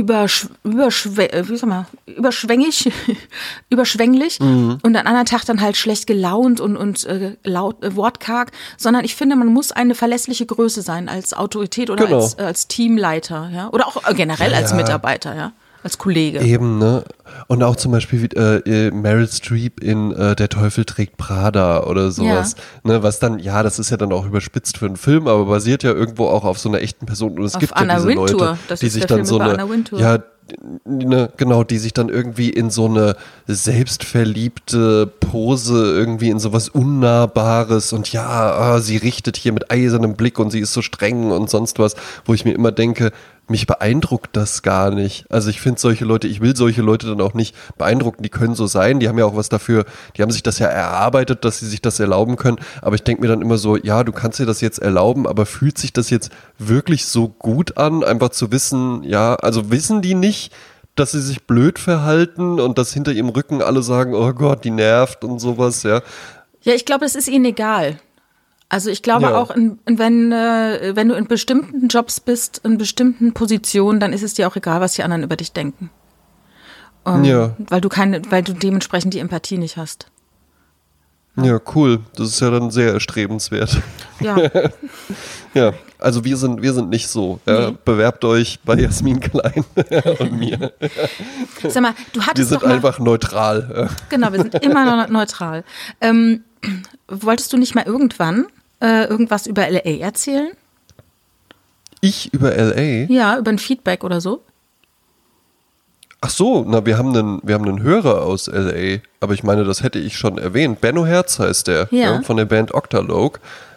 überschwänglich und an anderen Tag dann halt schlecht gelaunt und laut wortkarg, sondern ich finde, man muss eine verlässliche Größe sein als Autorität oder als Teamleiter, ja, oder auch generell als Mitarbeiter, ja, als Kollege. Eben, ne? Und auch zum Beispiel Meryl Streep in Der Teufel trägt Prada oder sowas, ne? Was dann, ja, das ist ja dann auch überspitzt für einen Film, aber basiert ja irgendwo auch auf so einer echten Person. Und es gibt ja diese Leute, die sich dann so eine, ja, ne, genau, die sich dann irgendwie in so eine selbstverliebte Pose, irgendwie in sowas Unnahbares und ja, sie richtet hier mit eisernem Blick und sie ist so streng und sonst was, wo ich mir immer denke, mich beeindruckt das gar nicht. Also ich finde ich will solche Leute dann auch nicht beeindrucken, die können so sein, die haben ja auch was dafür, die haben sich das ja erarbeitet, dass sie sich das erlauben können, aber ich denke mir dann immer so, ja, du kannst dir das jetzt erlauben, aber fühlt sich das jetzt wirklich so gut an, einfach zu wissen, ja, also wissen die nicht, dass sie sich blöd verhalten und dass hinter ihrem Rücken alle sagen, oh Gott, die nervt und sowas, ja. Ja, ich glaube, es ist ihnen egal. Also ich glaube auch, wenn du in bestimmten Jobs bist, in bestimmten Positionen, dann ist es dir auch egal, was die anderen über dich denken. Weil du dementsprechend die Empathie nicht hast. Ja, cool. Das ist ja dann sehr erstrebenswert. Ja. Ja, also wir sind nicht so. Nee. Bewerbt euch bei Jasmin Klein und mir. Sag mal, du hattest wir sind einfach neutral. Genau, wir sind immer neutral. Wolltest du nicht mal irgendwann irgendwas über LA erzählen? Ich über LA? Ja, über ein Feedback oder so. Ach so, na, wir haben einen Hörer aus LA, aber ich meine, das hätte ich schon erwähnt. Benno Herz heißt der, von der Band Octalogue.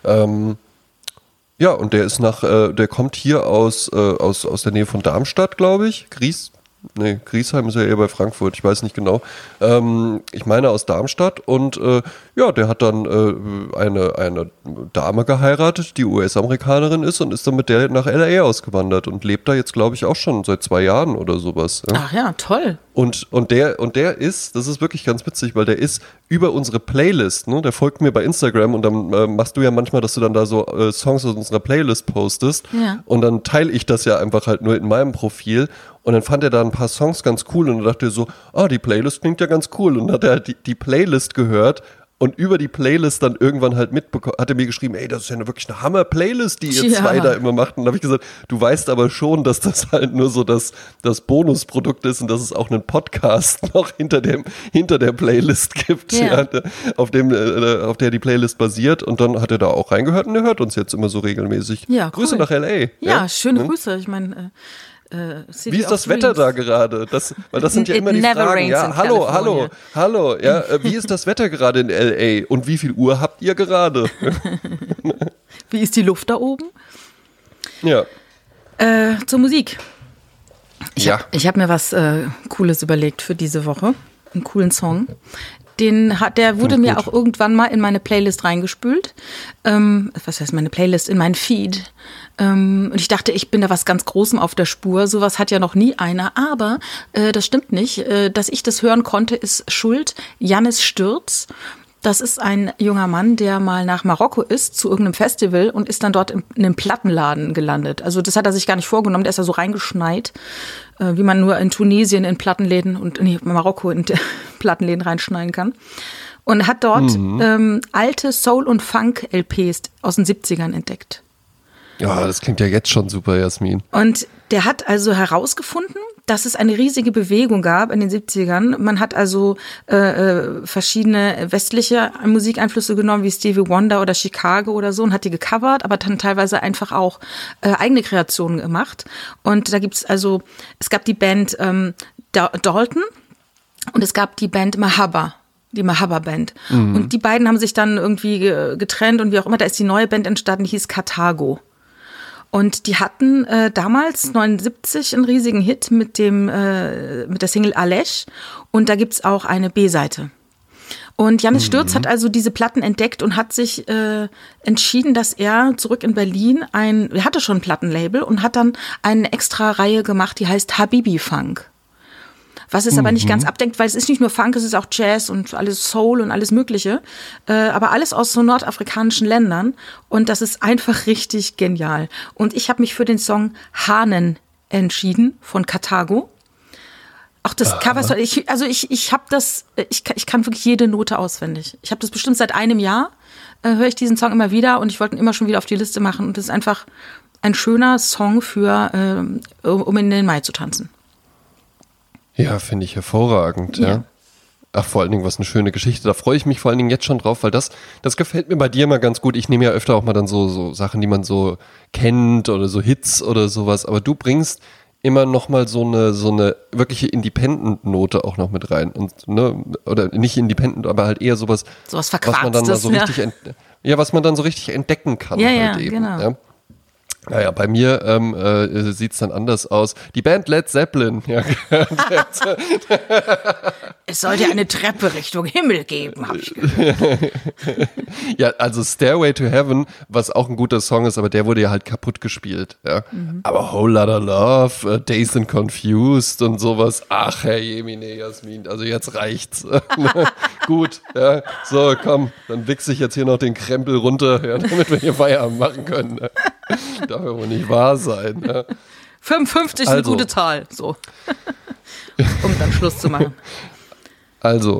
Ja, und der ist der kommt hier aus der Nähe von Darmstadt, glaube ich. Griesheim ist ja eher bei Frankfurt, ich weiß nicht genau. Ich meine aus Darmstadt und der hat dann eine Dame geheiratet, die US-Amerikanerin ist und ist dann mit der nach LA ausgewandert und lebt da jetzt, glaube ich, auch schon seit 2 Jahren oder sowas. Ja. Ach ja, toll. Und der ist, das ist wirklich ganz witzig, weil der ist über unsere Playlist, ne? Der folgt mir bei Instagram und dann machst du ja manchmal, dass du dann da so Songs aus unserer Playlist postest und dann teile ich das ja einfach halt nur in meinem Profil. Und dann fand er da ein paar Songs ganz cool und dann dachte er so, die Playlist klingt ja ganz cool. Und dann hat er halt die Playlist gehört und über die Playlist dann irgendwann halt hat er mir geschrieben, ey, das ist ja wirklich eine Hammer-Playlist, die ihr zwei da immer macht. Und dann habe ich gesagt, du weißt aber schon, dass das halt nur so das Bonusprodukt ist und dass es auch einen Podcast noch hinter der Playlist gibt, auf der die Playlist basiert. Und dann hat er da auch reingehört und er hört uns jetzt immer so regelmäßig. Ja, cool. Grüße nach L.A. Ja, schöne Grüße. Ich meine... Wie ist das Wetter da gerade? Weil das sind ja immer die Fragen. Ja, hallo. Ja, wie ist das Wetter gerade in LA? Und wie viel Uhr habt ihr gerade? Wie ist die Luft da oben? Ja. Zur Musik. Ich hab mir was Cooles überlegt für diese Woche. Einen coolen Song. Der wurde mir auch irgendwann mal in meine Playlist reingespült. Was heißt meine Playlist? In meinen Feed. Und ich dachte, ich bin da was ganz Großem auf der Spur. Sowas hat ja noch nie einer. Aber das stimmt nicht. Dass ich das hören konnte, ist schuld Jannis Stürz. Das ist ein junger Mann, der mal nach Marokko ist, zu irgendeinem Festival und ist dann dort in einem Plattenladen gelandet. Also das hat er sich gar nicht vorgenommen, der ist ja so reingeschneit, wie man nur in Tunesien in Plattenläden und in Marokko in Plattenläden reinschneiden kann. Und hat dort alte Soul- und Funk-LPs aus den 70ern entdeckt. Ja, das klingt ja jetzt schon super, Jasmin. Und der hat also herausgefunden, dass es eine riesige Bewegung gab in den 70ern. Man hat also verschiedene westliche Musikeinflüsse genommen, wie Stevie Wonder oder Chicago oder so, und hat die gecovert, aber dann teilweise einfach auch eigene Kreationen gemacht. Und da gibt's also, es gab die Band Dalton und es gab die Band Mahaba. Die Mahaba-Band. Und die beiden haben sich dann irgendwie getrennt und wie auch immer, da ist die neue Band entstanden, die hieß Carthago. Und die hatten damals, 79, einen riesigen Hit mit der Single Alesh. Und da gibt's auch eine B-Seite. Und Janis Stürz hat also diese Platten entdeckt und hat sich entschieden, dass er zurück in Berlin er hatte schon ein Plattenlabel und hat dann eine extra Reihe gemacht, die heißt Habibi Funk. Was es aber nicht ganz abdenkt, weil es ist nicht nur Funk, es ist auch Jazz und alles Soul und alles Mögliche. Aber alles aus so nordafrikanischen Ländern. Und das ist einfach richtig genial. Und ich habe mich für den Song Hahnen entschieden von Carthago. Auch das Cover, ich kann wirklich jede Note auswendig. Ich habe das bestimmt seit einem Jahr, höre ich diesen Song immer wieder und ich wollte ihn immer schon wieder auf die Liste machen. Und das ist einfach ein schöner Song um in den Mai zu tanzen. Ja, finde ich hervorragend, ja. Ach, vor allen Dingen, was eine schöne Geschichte. Da freue ich mich vor allen Dingen jetzt schon drauf, weil das gefällt mir bei dir mal ganz gut. Ich nehme ja öfter auch mal dann so Sachen, die man so kennt oder so Hits oder sowas, aber du bringst immer noch mal so eine wirkliche Independent-Note auch noch mit rein. Und, ne, oder nicht Independent, aber halt eher sowas Verquatstes, was man dann mal so richtig, was man dann so richtig entdecken kann. Ja, halt eben, genau. Ja. Naja, bei mir sieht's dann anders aus. Die Band Led Zeppelin. Ja. Es sollte eine Treppe Richtung Himmel geben, habe ich gehört. Ja, also Stairway to Heaven, was auch ein guter Song ist, aber der wurde ja halt kaputt gespielt. Ja. Aber Whole Lotta Love, Dazed and Confused und sowas. Ach, Herr Jemine, Jasmin, also jetzt reicht's. Gut, ja. So, komm, dann wichse ich jetzt hier noch den Krempel runter, ja, damit wir hier Feierabend machen können. Ja. Darf ja wohl nicht wahr sein. Ja. 55 ist eine gute Zahl, so. Um dann Schluss zu machen. Also,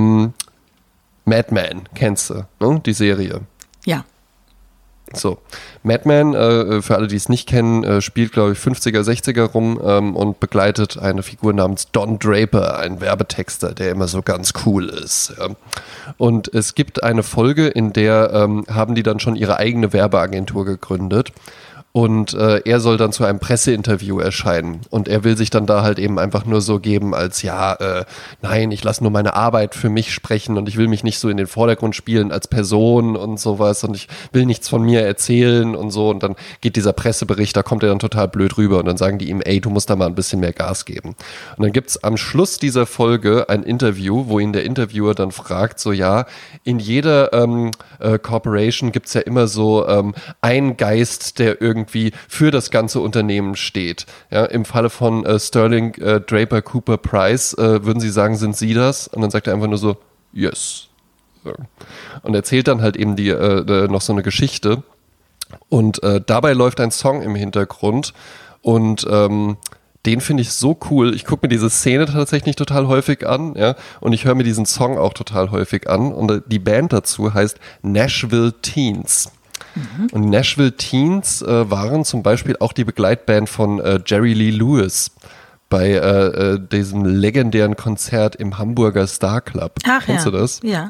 Mad Men, kennst du, ne? Die Serie. Ja. So, Mad Men, für alle, die es nicht kennen, spielt, glaube ich, 50er, 60er rum und begleitet eine Figur namens Don Draper, ein Werbetexter, der immer so ganz cool ist. Ja. Und es gibt eine Folge, in der haben die dann schon ihre eigene Werbeagentur gegründet. Und er soll dann zu einem Presseinterview erscheinen. Und er will sich dann da halt eben einfach nur so geben als, nein, ich lasse nur meine Arbeit für mich sprechen und ich will mich nicht so in den Vordergrund spielen als Person und sowas und ich will nichts von mir erzählen und so. Und dann geht dieser Pressebericht, da kommt er dann total blöd rüber und dann sagen die ihm, ey, du musst da mal ein bisschen mehr Gas geben. Und dann gibt's am Schluss dieser Folge ein Interview, wo ihn der Interviewer dann fragt, so in jeder Corporation gibt's ja immer so einen Geist, der irgendwie für das ganze Unternehmen steht. Ja, im Falle von Sterling Draper Cooper Price würden Sie sagen, sind Sie das? Und dann sagt er einfach nur so, yes. So. Und erzählt dann halt eben noch so eine Geschichte. Und dabei läuft ein Song im Hintergrund und den finde ich so cool. Ich gucke mir diese Szene tatsächlich total häufig an, ja, und ich höre mir diesen Song auch total häufig an. Und die Band dazu heißt Nashville Teens. Und die Nashville Teens waren zum Beispiel auch die Begleitband von Jerry Lee Lewis bei diesem legendären Konzert im Hamburger Star Club. Ach, kennst du das? Ja.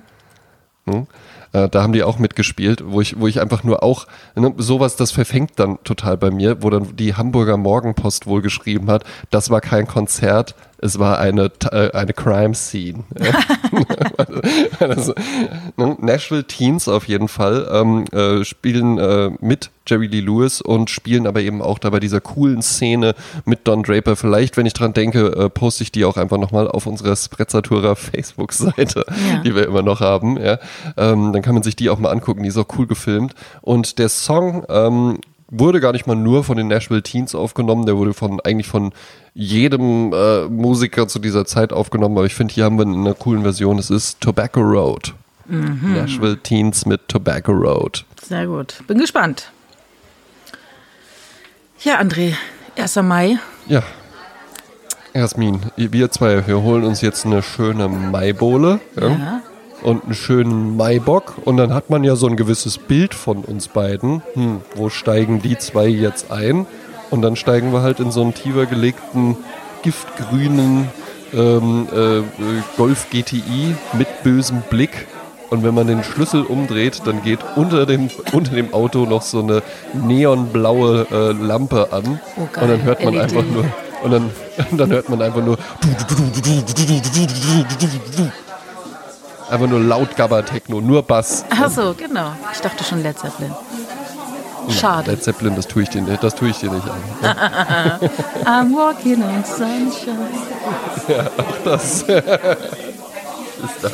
Da haben die auch mitgespielt, wo ich einfach nur auch, sowas, das verfängt dann total bei mir, wo dann die Hamburger Morgenpost wohl geschrieben hat, das war kein Konzert, es war eine Crime Scene. Also, Nashville Teens auf jeden Fall spielen mit Jerry Lee Lewis und spielen aber eben auch da bei dieser coolen Szene mit Don Draper. Vielleicht, wenn ich dran denke, poste ich die auch einfach nochmal auf unserer Sprezzatura Facebook-Seite, die wir immer noch haben. Ja. Dann kann man sich die auch mal angucken, die ist auch cool gefilmt. Und der Song wurde gar nicht mal nur von den Nashville Teens aufgenommen, der wurde eigentlich von jedem Musiker zu dieser Zeit aufgenommen, aber ich finde, hier haben wir eine coolen Version, es ist Tobacco Road. Nashville Teens mit Tobacco Road. Sehr gut. Bin gespannt. Ja, André, 1. Mai. Ja. Jasmin, wir zwei, wir holen uns jetzt eine schöne Maibowle. Ja. Und einen schönen Maibock. Und dann hat man ja so ein gewisses Bild von uns beiden. Wo steigen die zwei jetzt ein? Und dann steigen wir halt in so einen tiefer gelegten, giftgrünen Golf GTI mit bösem Blick. Und wenn man den Schlüssel umdreht, dann geht unter dem Auto noch so eine neonblaue Lampe an. Oh, geil. Und dann hört man einfach nur... Und dann hört man einfach nur... Einfach nur laut Gabba-Techno, nur Bass. Ach so, genau. Ich dachte schon Led Zeppelin. Schade. Led Zeppelin, das tue ich dir nicht an. I'm walking on sunshine. Ja, auch das. Ist das.